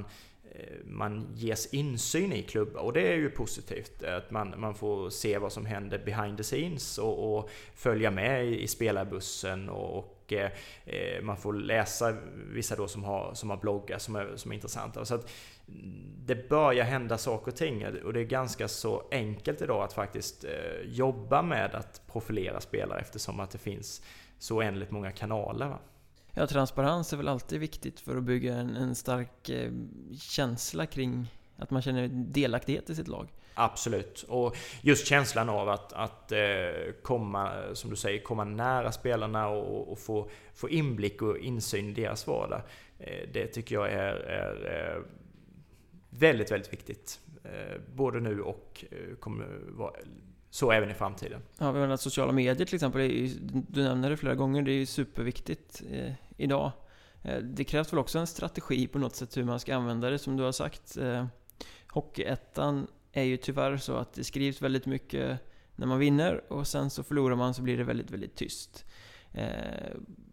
man ges insyn i klubbar, och det är ju positivt att man, man får se vad som händer behind the scenes och, och följa med i, i spelarbussen och, och eh, man får läsa vissa då som har, som har bloggar som är, som är intressanta. Så att det börjar hända saker och ting, och det är ganska så enkelt idag att faktiskt eh, jobba med att profilera spelare eftersom att det finns så oändligt många kanaler, va? Ja, transparens är väl alltid viktigt för att bygga en, en stark eh, känsla kring att man känner delaktighet i sitt lag. Absolut, och just känslan av att, att eh, komma, som du säger, komma nära spelarna och, och få, få inblick och insyn i deras vardag. Eh, det tycker jag är, är eh, väldigt, väldigt viktigt. Eh, både nu och eh, kommer vara så även i framtiden. Ja, vi menar sociala medier till exempel, är ju, du nämner det flera gånger, det är ju superviktigt eh, idag. Eh, det krävs väl också en strategi på något sätt hur man ska använda det, som du har sagt. Eh, Hockeyettan är ju tyvärr så att det skrivs väldigt mycket när man vinner och sen så förlorar man så blir det väldigt, väldigt tyst. Eh,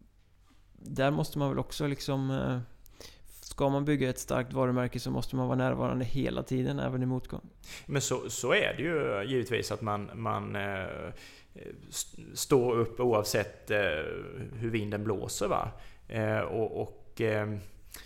där måste man väl också liksom... Eh, ska man bygga ett starkt varumärke så måste man vara närvarande hela tiden, även i motgång. Men så, så är det ju givetvis, att man, man eh, står upp oavsett eh, hur vinden blåser, va? Eh, och och eh,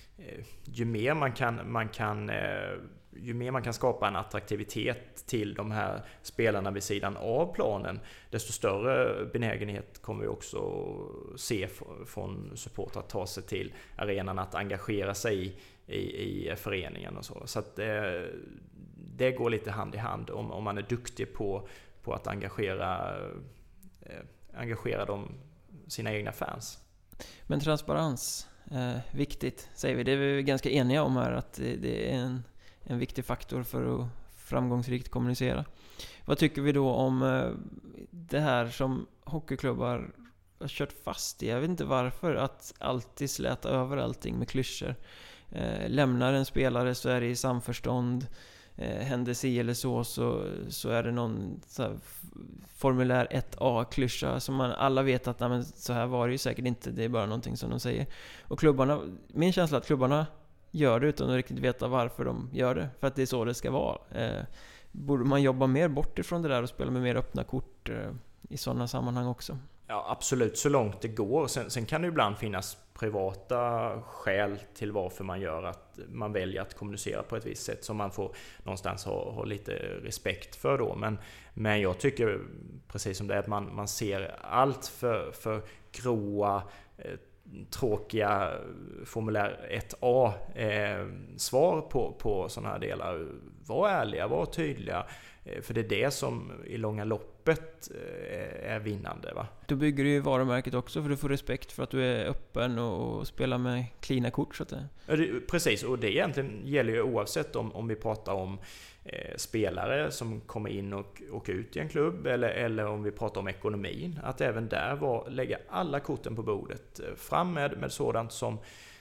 ju mer man kan, man kan eh, ju mer man kan skapa en attraktivitet till de här spelarna vid sidan av planen, desto större benägenhet kommer vi också se från supportrar att ta sig till arenan, att engagera sig i, i, i föreningen och så. Så att det, det går lite hand i hand om, om man är duktig på, på att engagera, eh, engagera dem, sina egna fans. Men transparens, eh, viktigt säger vi. Det är vi ganska eniga om här, att det, det är en en viktig faktor för att framgångsrikt kommunicera. Vad tycker vi då om det här som hockeyklubbar har kört fast i? Jag vet inte varför, att alltid släta över allting med klyschor. Eh, lämnar en spelare så är det i samförstånd. Eh, händer si eller så, så så är det någon så här, formulär ett A-klyscha som man alla vet att nej, men så här var det ju säkert inte, det är bara någonting som de säger. Och klubbarna, min känsla är att klubbarna gör det utan att riktigt veta varför de gör det. För att det är så det ska vara. Eh, borde man jobba mer bort ifrån det där och spela med mer öppna kort eh, i sådana sammanhang också? Ja, absolut, så långt det går. Sen, sen kan det ibland finnas privata skäl till varför man gör att man väljer att kommunicera på ett visst sätt som man får någonstans ha, ha lite respekt för då. Men, men jag tycker precis som det är att man, man ser allt för, för gråa eh, tråkiga formulär ett A eh, svar på, på sådana här delar. Var ärliga, var tydliga, eh, för det är det som i långa loppet eh, är vinnande, va? Då bygger du ju varumärket också, för du får respekt för att du är öppen och, och spelar med klina kort så att det... Ja, det, precis, och det egentligen gäller ju oavsett om, om vi pratar om eh, spelare som kommer in och åker ut i en klubb, eller, eller om vi pratar om ekonomin, att även där var, lägga alla korten på bordet, fram med, med sådant som,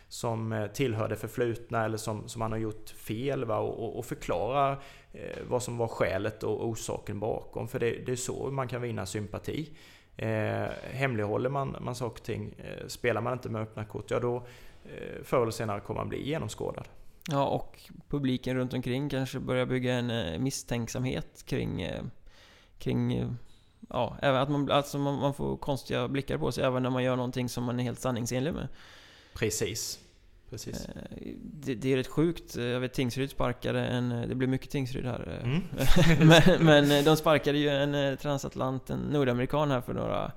som tillhör det förflutna eller som, som man har gjort fel, va? Och, och förklara eh, vad som var skälet och orsaken bakom. För det, det är så man kan vinna sympati. Eh, hemlighåller man, man saker och ting, eh, spelar man inte med öppna kort, ja då eh, förr eller senare kommer man bli genomskådad. Ja, och publiken runt omkring kanske börjar bygga en eh, misstänksamhet kring, eh, kring eh, ja, även att man, alltså man, man får konstiga blickar på sig även när man gör någonting som man är helt sanningsenlig med. Precis. Precis. Det, det är rätt sjukt. Jag vet, Tingsryd sparkade en... Det blir mycket Tingsryd här. Mm. men, men de sparkade ju en transatlant, en nordamerikan här för några...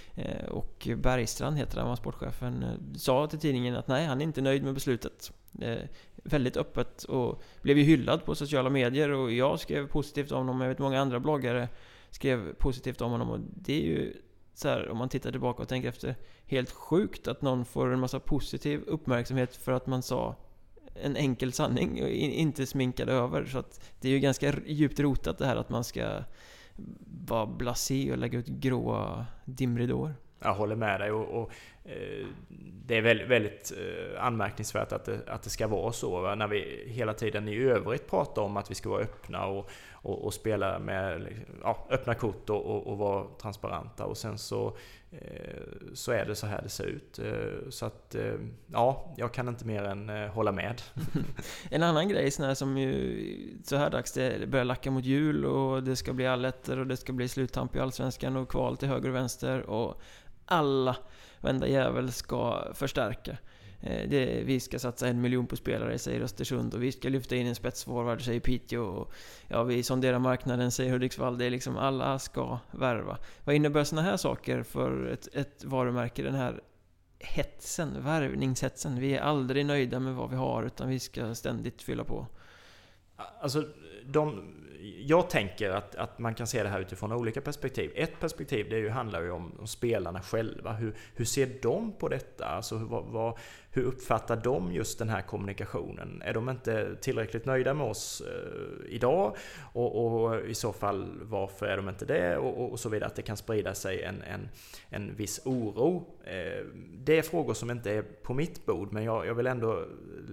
Och Bergstrand heter han, var sportchefen, sa till tidningen att nej, han är inte nöjd med beslutet. Väldigt öppet och blev ju hyllad på sociala medier, och jag skrev positivt om honom. Jag vet många andra bloggare skrev positivt om honom, och det är ju så här, om man tittar tillbaka och tänker efter, helt sjukt att någon får en massa positiv uppmärksamhet för att man sa en enkel sanning och inte sminkade över. Så att det är ju ganska djupt rotat det här att man ska vara blasé och lägga ut gråa dimridåer. Jag håller med dig, och, och eh, det är väldigt, väldigt eh, anmärkningsvärt att det, att det ska vara så, va? När vi hela tiden i övrigt pratar om att vi ska vara öppna och, och, och spela med ja, öppna kort och, och, och vara transparenta, och sen så, eh, så är det så här det ser ut. Eh, så att eh, ja, jag kan inte mer än eh, hålla med. En annan grej sån här, som ju så här dags, det börjar lacka mot jul och det ska bli alletter och det ska bli sluttamp i Allsvenskan och kval till höger och vänster, och alla, varenda jävel ska förstärka. Det, vi ska satsa en miljon på spelare, säger Östersund, och vi ska lyfta in en spetsforward, säger Piteå, och ja, vi sonderar marknaden, säger Hudiksvall. Det är liksom, alla ska värva. Vad innebär såna här saker för ett, ett varumärke, den här hetsen, värvningshetsen? Vi är aldrig nöjda med vad vi har, utan vi ska ständigt fylla på. Alltså, de, jag tänker att, att man kan se det här utifrån olika perspektiv. Ett perspektiv, det är ju, handlar ju om, om spelarna själva. Hur, hur ser de på detta? Alltså, vad, vad, hur uppfattar de just den här kommunikationen? Är de inte tillräckligt nöjda med oss eh, idag? Och, och i så fall, varför är de inte det? Och, och, och så vidare, att det kan sprida sig en, en, en viss oro. Eh, det är frågor som inte är på mitt bord, men jag, jag vill ändå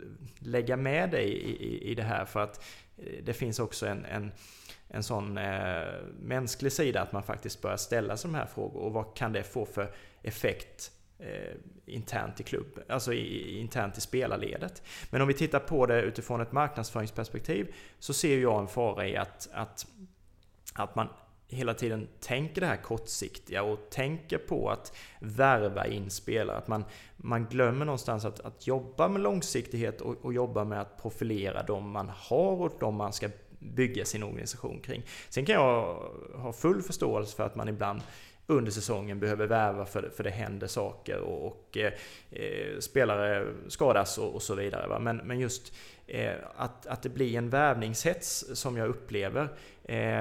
lägga med dig i, i, i det här, för att det finns också en, en, en sån eh, mänsklig sida, att man faktiskt börjar ställa sig de här frågor, och vad kan det få för effekt eh, internt i klubb, alltså i, internt i spelarledet. Men om vi tittar på det utifrån ett marknadsföringsperspektiv, så ser jag en fara i att, att, att man hela tiden tänker det här kortsiktiga och tänker på att värva in spelare. Att man, man glömmer någonstans att, att jobba med långsiktighet och, och jobba med att profilera de man har och de man ska bygga sin organisation kring. Sen kan jag ha full förståelse för att man ibland under säsongen behöver värva för, för det händer saker och, och eh, spelare skadas och, och så vidare. Va? Men, men just eh, att, att det blir en värvningshets som jag upplever, eh,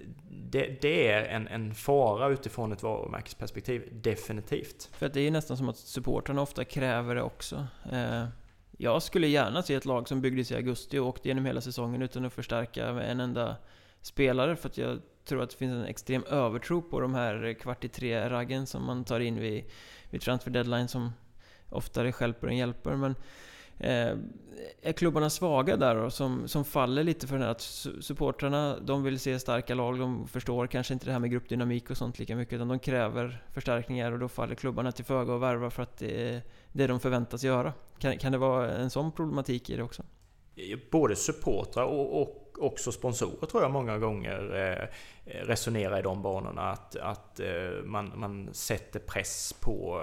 det, det är en, en fara utifrån ett varumärkesperspektiv, definitivt. För att det är nästan som att supportrarna ofta kräver det också. Eh, jag skulle gärna se ett lag som byggdes i augusti och åkte genom hela säsongen utan att förstärka med en enda spelare, för att jag tror att det finns en extrem övertro på de här kvart i tre-raggen som man tar in vid, vid transfer deadline, som oftare stjälper än hjälper. Men eh, är klubbarna svaga där då, som, som faller lite för den här att supportrarna, de vill se starka lag, de förstår kanske inte det här med gruppdynamik och sånt lika mycket, utan de kräver förstärkningar, och då faller klubbarna till föga och värva för att det är det de förväntas göra. Kan, kan det vara en sån problematik i det också? Både supportrar och, och också sponsorer tror jag många gånger eh, resonerar i de banorna, att, att eh, man, man sätter press på,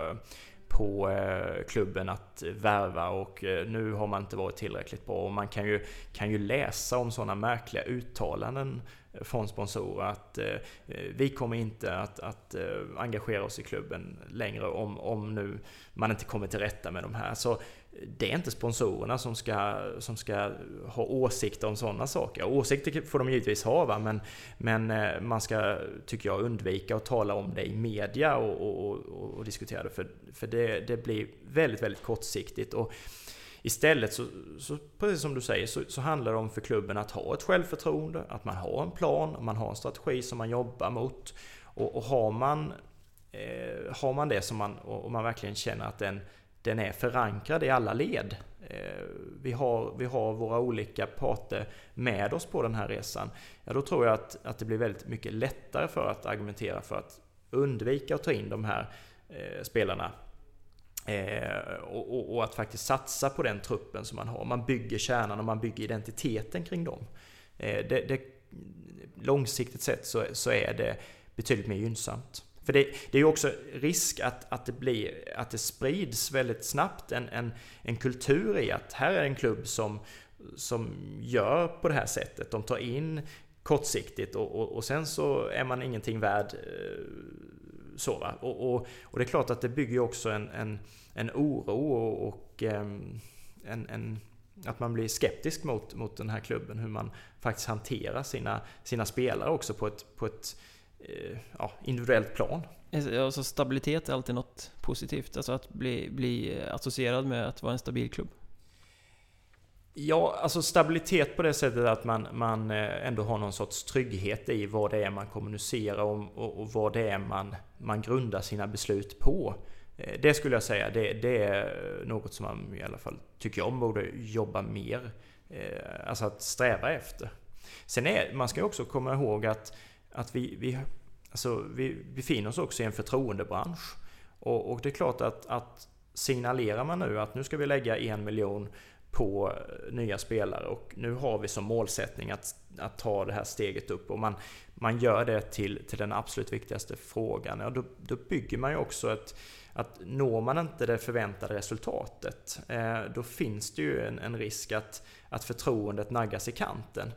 på eh, klubben att värva, och eh, nu har man inte varit tillräckligt bra, och man kan ju, kan ju läsa om sådana märkliga uttalanden från sponsorer att eh, vi kommer inte att, att eh, engagera oss i klubben längre om, om nu man inte kommer till rätta med de här. Så det är inte sponsorerna som ska, som ska ha åsikter om sådana saker. Åsikter får de givetvis ha, va? Men, men man ska, tycker jag, undvika att tala om det i media och, och, och, och diskutera det. För, för det, det blir väldigt, väldigt kortsiktigt. Och istället, så, så, precis som du säger, så, så handlar det om för klubben att ha ett självförtroende, att man har en plan, man har en strategi som man jobbar mot. Och, och har, man, eh, har man det som man, och man verkligen känner att den den är förankrad i alla led. Vi har, vi har våra olika parter med oss på den här resan. Ja, då tror jag att, att det blir väldigt mycket lättare för att argumentera för att undvika att ta in de här eh, spelarna. Eh, och, och, och att faktiskt satsa på den truppen som man har. Man bygger kärnan och man bygger identiteten kring dem. Eh, det, det, långsiktigt sett så, så är det betydligt mer gynnsamt. För det, det är ju också risk att, att, det blir, att det sprids väldigt snabbt en, en, en kultur i att här är en klubb som, som gör på det här sättet. De tar in kortsiktigt och, och, och sen så är man ingenting värd. Så, va? Och, och, och det är klart att det bygger också en, en, en oro och, och en, en, att man blir skeptisk mot, mot den här klubben. Hur man faktiskt hanterar sina, sina spelare också på ett, på ett ja, individuellt plan. Alltså stabilitet är alltid något positivt. Alltså att bli, bli associerad med att vara en stabil klubb. Ja, alltså stabilitet på det sättet att man, man ändå har någon sorts trygghet i vad det är man kommunicerar om och, och vad det är man, man grundar sina beslut på. Det skulle jag säga, det, det är något som man i alla fall tycker jag om borde jobba mer. Alltså att sträva efter. Sen är, man ska också komma ihåg att, att vi, vi, alltså vi befinner oss också i en förtroendebransch. Och, och det är klart att, att signalerar man nu att nu ska vi lägga en miljon på nya spelare och nu har vi som målsättning att, att ta det här steget upp och man, man gör det till, till den absolut viktigaste frågan. Ja, då, då bygger man ju också ett, att når man inte det förväntade resultatet eh, då finns det ju en, en risk att, att förtroendet naggas i kanten.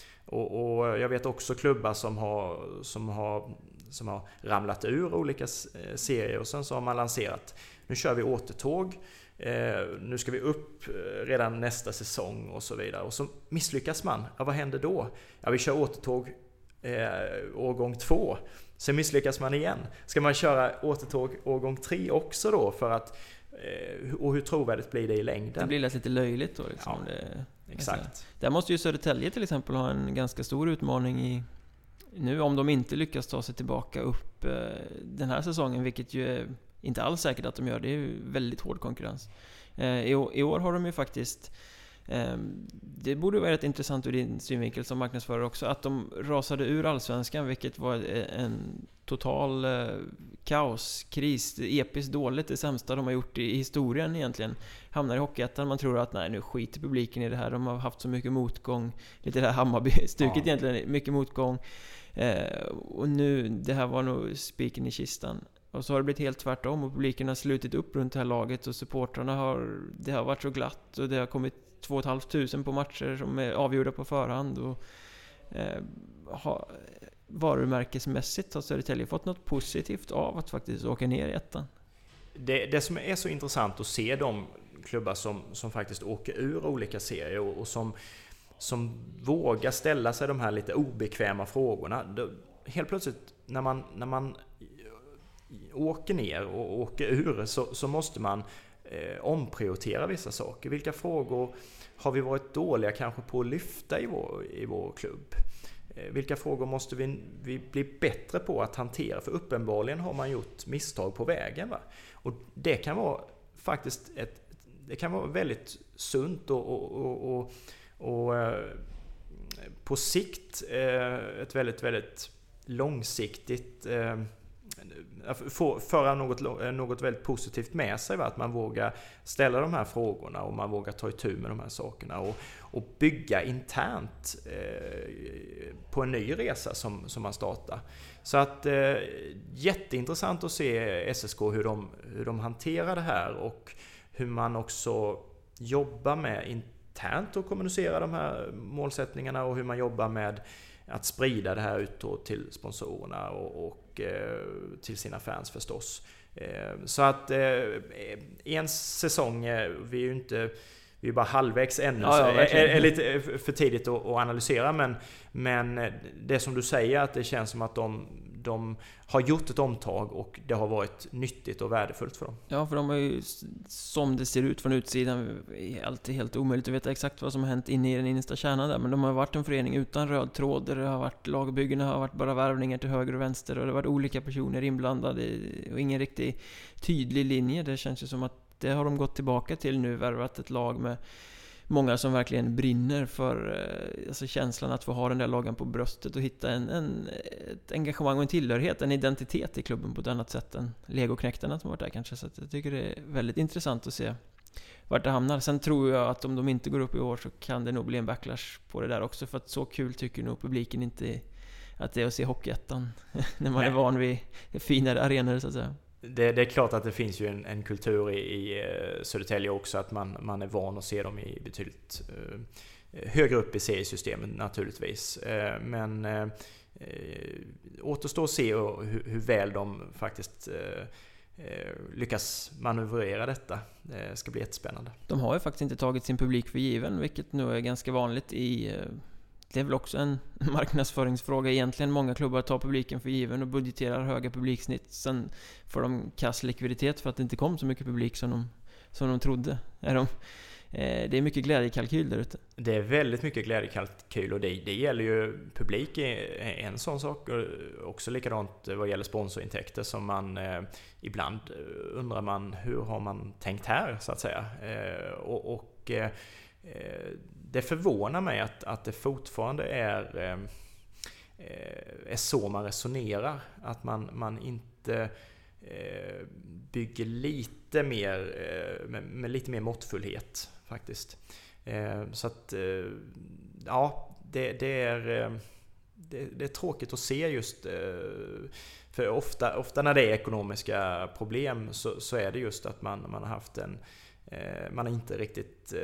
Och, och jag vet också klubbar som har, som, har, som har ramlat ur olika serier och sen så har man lanserat, nu kör vi återtåg. Eh, nu ska vi upp redan nästa säsong och så vidare. Och så misslyckas man. Ja, vad händer då? Ja, vi kör återtåg eh, årgång två. Sen misslyckas man igen. Ska man köra återtåg årgång tre också då? För att, eh, och hur trovärdigt blir det i längden? Det blir lite löjligt då. Liksom. Ja, det, exakt. Där måste ju Södertälje till exempel ha en ganska stor utmaning i nu om de inte lyckas ta sig tillbaka upp eh, den här säsongen, vilket ju är inte alls säkert att de gör. Det är ju väldigt hård konkurrens. Eh, i, I år har de ju faktiskt eh, det borde vara rätt intressant ur din synvinkel som marknadsförare också, att de rasade ur Allsvenskan, vilket var en total eh, kaos, kris, episkt dåligt, det sämsta de har gjort i, i historien egentligen. Hamnar i Hockeyettan, man tror att nej, nu skiter publiken i det här, de har haft så mycket motgång, lite det här Hammarby-stuket ja. Egentligen, mycket motgång. Eh, och nu, det här var nog spiken i kistan. Och så har det blivit helt tvärtom och publiken har slutit upp runt det här laget och supportrarna har, det har varit så glatt och det har kommit två och ett halvt tusen på matcher som är avgjorda på förhand och eh, ha, varumärkesmässigt har Södertälje fått något positivt av att faktiskt åka ner i ettan. Det, det som är så intressant att se de klubbar som, som faktiskt åker ur olika serier och, och som, som vågar ställa sig de här lite obekväma frågorna. Då, helt plötsligt när man, när man åker ner och åker ur så, så måste man eh, omprioritera vissa saker. Vilka frågor har vi varit dåliga kanske på att lyfta i vår, i vår klubb? Eh, vilka frågor måste vi, vi bli bättre på att hantera? För uppenbarligen har man gjort misstag på vägen. Va? Och det kan vara faktiskt ett, det kan vara väldigt sunt och, och, och, och, och eh, på sikt eh, ett väldigt, väldigt långsiktigt eh, föra något, något väldigt positivt med sig, va? Att man vågar ställa de här frågorna och man vågar ta itu med de här sakerna och, och bygga internt eh, på en ny resa som, som man startar. Så att eh, jätteintressant att se S S K hur de, hur de hanterar det här och hur man också jobbar med internt och kommunicera de här målsättningarna och hur man jobbar med att sprida det här utåt till sponsorerna och, och eh, till sina fans förstås. Eh, så att eh, en säsong, eh, vi är ju inte, vi är bara halvvägs ännu, ja, så ja, är, är lite för tidigt att, att analysera, men, men det som du säger, att det känns som att de, de har gjort ett omtag och det har varit nyttigt och värdefullt för dem. Ja, för de har ju, som det ser ut från utsidan, är alltid helt omöjligt att veta exakt vad som har hänt inne i den innersta kärnan där, men de har varit en förening utan röd tråd, där det har varit lagbyggen, har varit bara värvningar till höger och vänster och det har varit olika personer inblandade och ingen riktigt tydlig linje. Det känns ju som att det har de gått tillbaka till nu, värvat ett lag med många som verkligen brinner för eh, alltså känslan att få ha den där lagen på bröstet och hitta en, en, ett engagemang och en tillhörighet, en identitet i klubben på ett annat sätt än legoknäktarna som varit där kanske. Så att jag tycker det är väldigt intressant att se vart det hamnar. Sen tror jag att om de inte går upp i år så kan det nog bli en backlash på det där också, för att så kul tycker nog publiken inte att det är att se Hockeyettan när man Nej. är van vid finare arenor så att säga. Det, det är klart att det finns ju en, en kultur i, i Södertälje också, att man, man är van att se dem i betydligt uh, högre upp i seriesystemet naturligtvis. Uh, men uh, återstår att se hur, hur väl de faktiskt uh, lyckas manövrera detta. Det ska bli jättespännande. De har ju faktiskt inte tagit sin publik för given, vilket nu är ganska vanligt i... Det är väl också en marknadsföringsfråga egentligen. Många klubbar tar publiken för given och budgeterar höga publiksnitt. Sen får de kass likviditet för att det inte kom så mycket publik som de, som de trodde. Är de, eh, det är mycket glädjekalkyl där ute. Det är väldigt mycket glädjekalkyl, och det, det gäller ju publik är en sån sak. Och också likadant vad gäller sponsorintäkter, som man eh, ibland undrar man hur har man tänkt här så att säga. Eh, och... och eh, det förvånar mig att, att det fortfarande är, är så man resonerar. Att man, man inte bygger lite mer med, med lite mer måttfullhet faktiskt. Så att ja, det, det är det, det är tråkigt att se just, för ofta, ofta när det är ekonomiska problem så, så är det just att man, man har haft en man har inte riktigt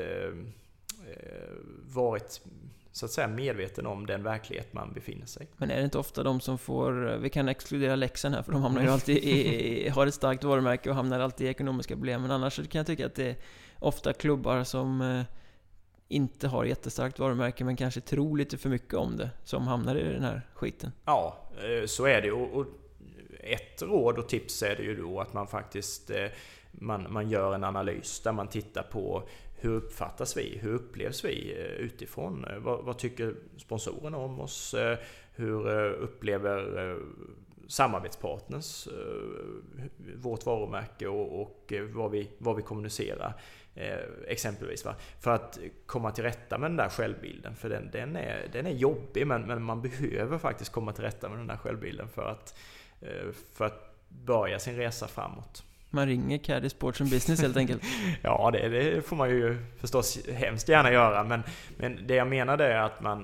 varit så att säga medveten om den verklighet man befinner sig. Men är det inte ofta de som får, vi kan exkludera Leksand här för de hamnar ju alltid i, har ett starkt varumärke och hamnar alltid i ekonomiska problem, men annars kan jag tycka att det är ofta klubbar som inte har jättestarkt varumärke men kanske tror lite för mycket om det som hamnar i den här skiten. Ja, så är det, och ett råd och tips är det ju då att man faktiskt man, man gör en analys där man tittar på hur uppfattas vi? Hur upplevs vi utifrån? Vad, vad tycker sponsorerna om oss? Hur upplever samarbetspartners vårt varumärke och, och vad, vi, vad vi kommunicerar exempelvis? Va? För att komma till rätta med den där självbilden. För den, den, är, den är jobbig, men, men man behöver faktiskt komma till rätta med den där självbilden för att, för att börja sin resa framåt. Man ringer Caddy Sports and Business helt enkelt. Ja, det, det får man ju förstås hemskt gärna göra. Men, men det jag menar är att man,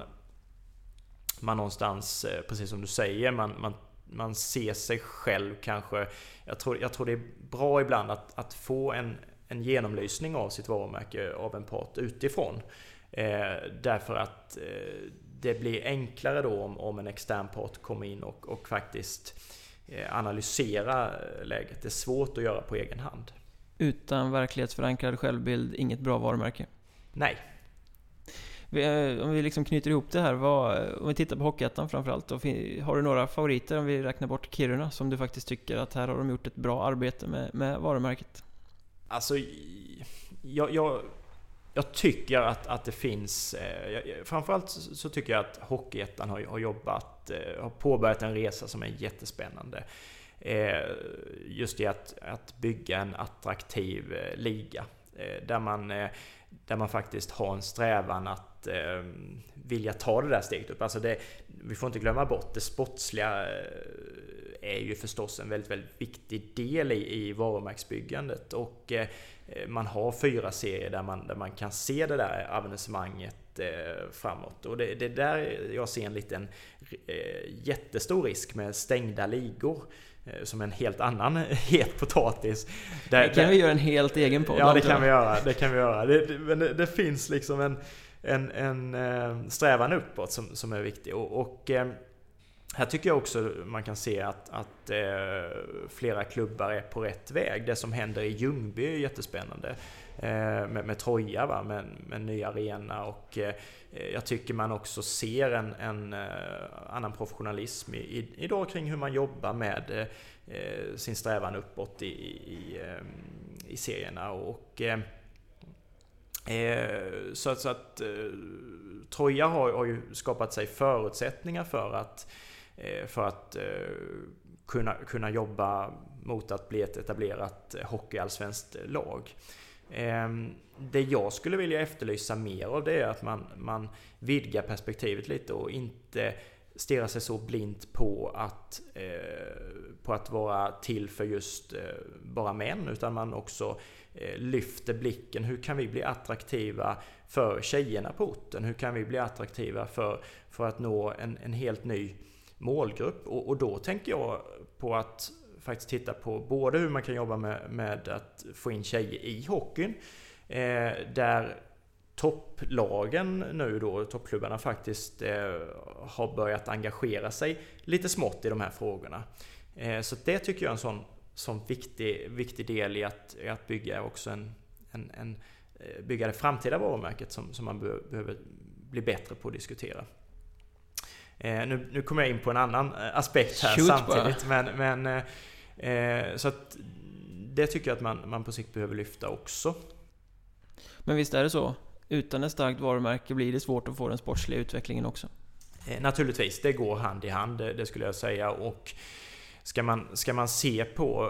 man någonstans, precis som du säger, man, man, man ser sig själv kanske. Jag tror, jag tror det är bra ibland att, att få en, en genomlysning av sitt varumärke av en part utifrån. Eh, därför att eh, det blir enklare då om, om en extern part kommer in och, och faktiskt analysera läget. Det är svårt att göra på egen hand. Utan verklighetsförankrad självbild, inget bra varumärke. Nej. Om vi liksom knyter ihop det här, vad, om vi tittar på Hockeyettan framförallt, då, har du några favoriter om vi räknar bort Kiruna som du faktiskt tycker att här har de gjort ett bra arbete med, med varumärket? Alltså, jag, jag, jag tycker att, att det finns, eh, framförallt så tycker jag att Hockeyettan har, har jobbat, eh, har påbörjat en resa som är jättespännande. Eh, just det att, att bygga en attraktiv eh, liga eh, där man eh, där man faktiskt har en strävan att eh, vilja ta det där steget upp. Alltså det, vi får inte glömma bort det sportsliga eh, är ju förstås en väldigt, väldigt viktig del i, i varumärksbyggandet, och eh, man har fyra serier där man, där man kan se det där avancemanger eh, framåt, och det, det där jag ser en liten eh, jättestor risk med stängda ligor som en helt annan het potatis. Där, det kan där, vi göra en helt egen podd. Ja, det kan vi göra. Det kan vi göra. Det, det, men det, det finns liksom en, en, en, en strävan uppåt som, som är viktig. Och, och här tycker jag också man kan se att, att eh, flera klubbar är på rätt väg. Det som händer i Ljungby är jättespännande. Eh, med, med Troja, va? Med, med en ny arena, och eh, jag tycker man också ser en, en uh, annan professionalism i, i, idag kring hur man jobbar med uh, sin strävan uppåt i, i, um, i serierna. Och, uh, uh, så att, så att uh, Troja har, har ju skapat sig förutsättningar för att, uh, för att uh, kunna, kunna jobba mot att bli ett etablerat hockeyallsvenskt lag. Det jag skulle vilja efterlysa mer av det är att man, man vidgar perspektivet lite och inte stirrar sig så blint på att, eh, på att vara till för just eh, bara män, utan man också eh, lyfter blicken. Hur kan vi bli attraktiva för tjejerna på orten? Hur kan vi bli attraktiva för, för att nå en, en helt ny målgrupp? Och, och då tänker jag på att faktiskt titta på både hur man kan jobba med, med att få in tjejer i hockeyn, eh, där topplagen nu då, toppklubbarna faktiskt eh, har börjat engagera sig lite smått i de här frågorna. Eh, så det tycker jag är en sån, sån viktig, viktig del i att, i att bygga också en, en, en bygga det framtida varumärket som, som man be, behöver bli bättre på att diskutera. Eh, nu, nu kommer jag in på en annan aspekt här Shoot samtidigt, bara. men, men eh, så att det tycker jag att man, man på sikt behöver lyfta också. Men visst är det så? Utan ett starkt varumärke blir det svårt att få den sportsliga utvecklingen också. Eh, naturligtvis, det går hand i hand, det, det skulle jag säga. Och ska man, ska man se på,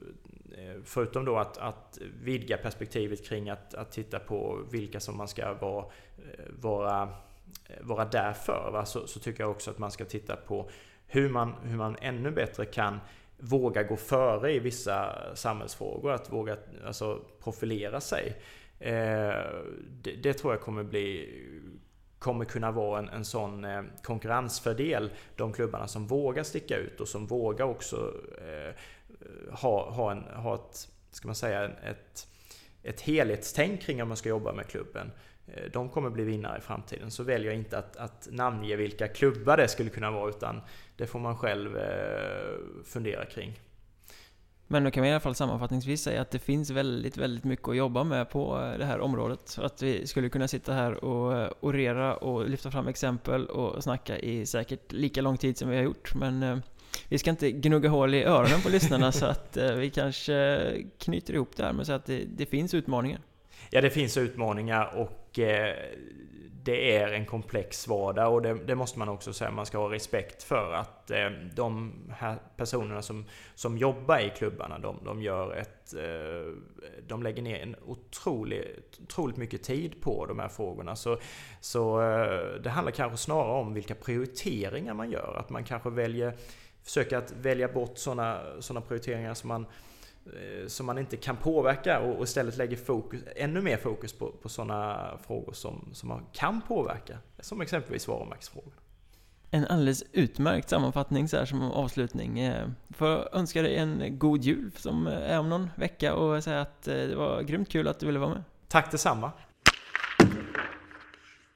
förutom då att, att vidga perspektivet kring att, att titta på vilka som man ska vara, vara, vara där för, va? Så, så tycker jag också att man ska titta på hur man, hur man ännu bättre kan våga gå före i vissa samhällsfrågor, att våga alltså, profilera sig. Eh, det, det tror jag kommer bli kommer kunna vara en, en sån eh, konkurrensfördel, de klubbarna som vågar sticka ut och som vågar också eh, ha, ha, en, ha ett, ska man säga, ett, ett helhetstänk kring om man ska jobba med klubben. Eh, de kommer bli vinnare i framtiden. Så väljer jag inte att, att namnge vilka klubbar det skulle kunna vara, utan det får man själv eh, fundera kring. Men då kan vi i alla fall sammanfattningsvis säga att det finns väldigt, väldigt mycket att jobba med på det här området. Så att vi skulle kunna sitta här och orera och lyfta fram exempel och snacka i säkert lika lång tid som vi har gjort. Men eh, vi ska inte gnugga hål i öronen på lyssnarna så att eh, vi kanske knyter ihop det här med så att det, det finns utmaningar. Ja, det finns utmaningar och eh, det är en komplex vardag, och det, det måste man också säga, man ska ha respekt för att eh, de här personerna som, som jobbar i klubbarna, de, de gör ett eh, de lägger ner en otroligt, otroligt mycket tid på de här frågorna, så, så eh, det handlar kanske snarare om vilka prioriteringar man gör, att man kanske väljer försöker att välja bort sådana sådana prioriteringar som man som man inte kan påverka och istället lägger fokus, ännu mer fokus på, på sådana frågor som, som man kan påverka, som exempelvis varumärkesfrågor. En alldeles utmärkt sammanfattning så här som avslutning. Får önska dig en god jul som är om någon vecka och säga att det var grymt kul att du ville vara med. Tack detsamma.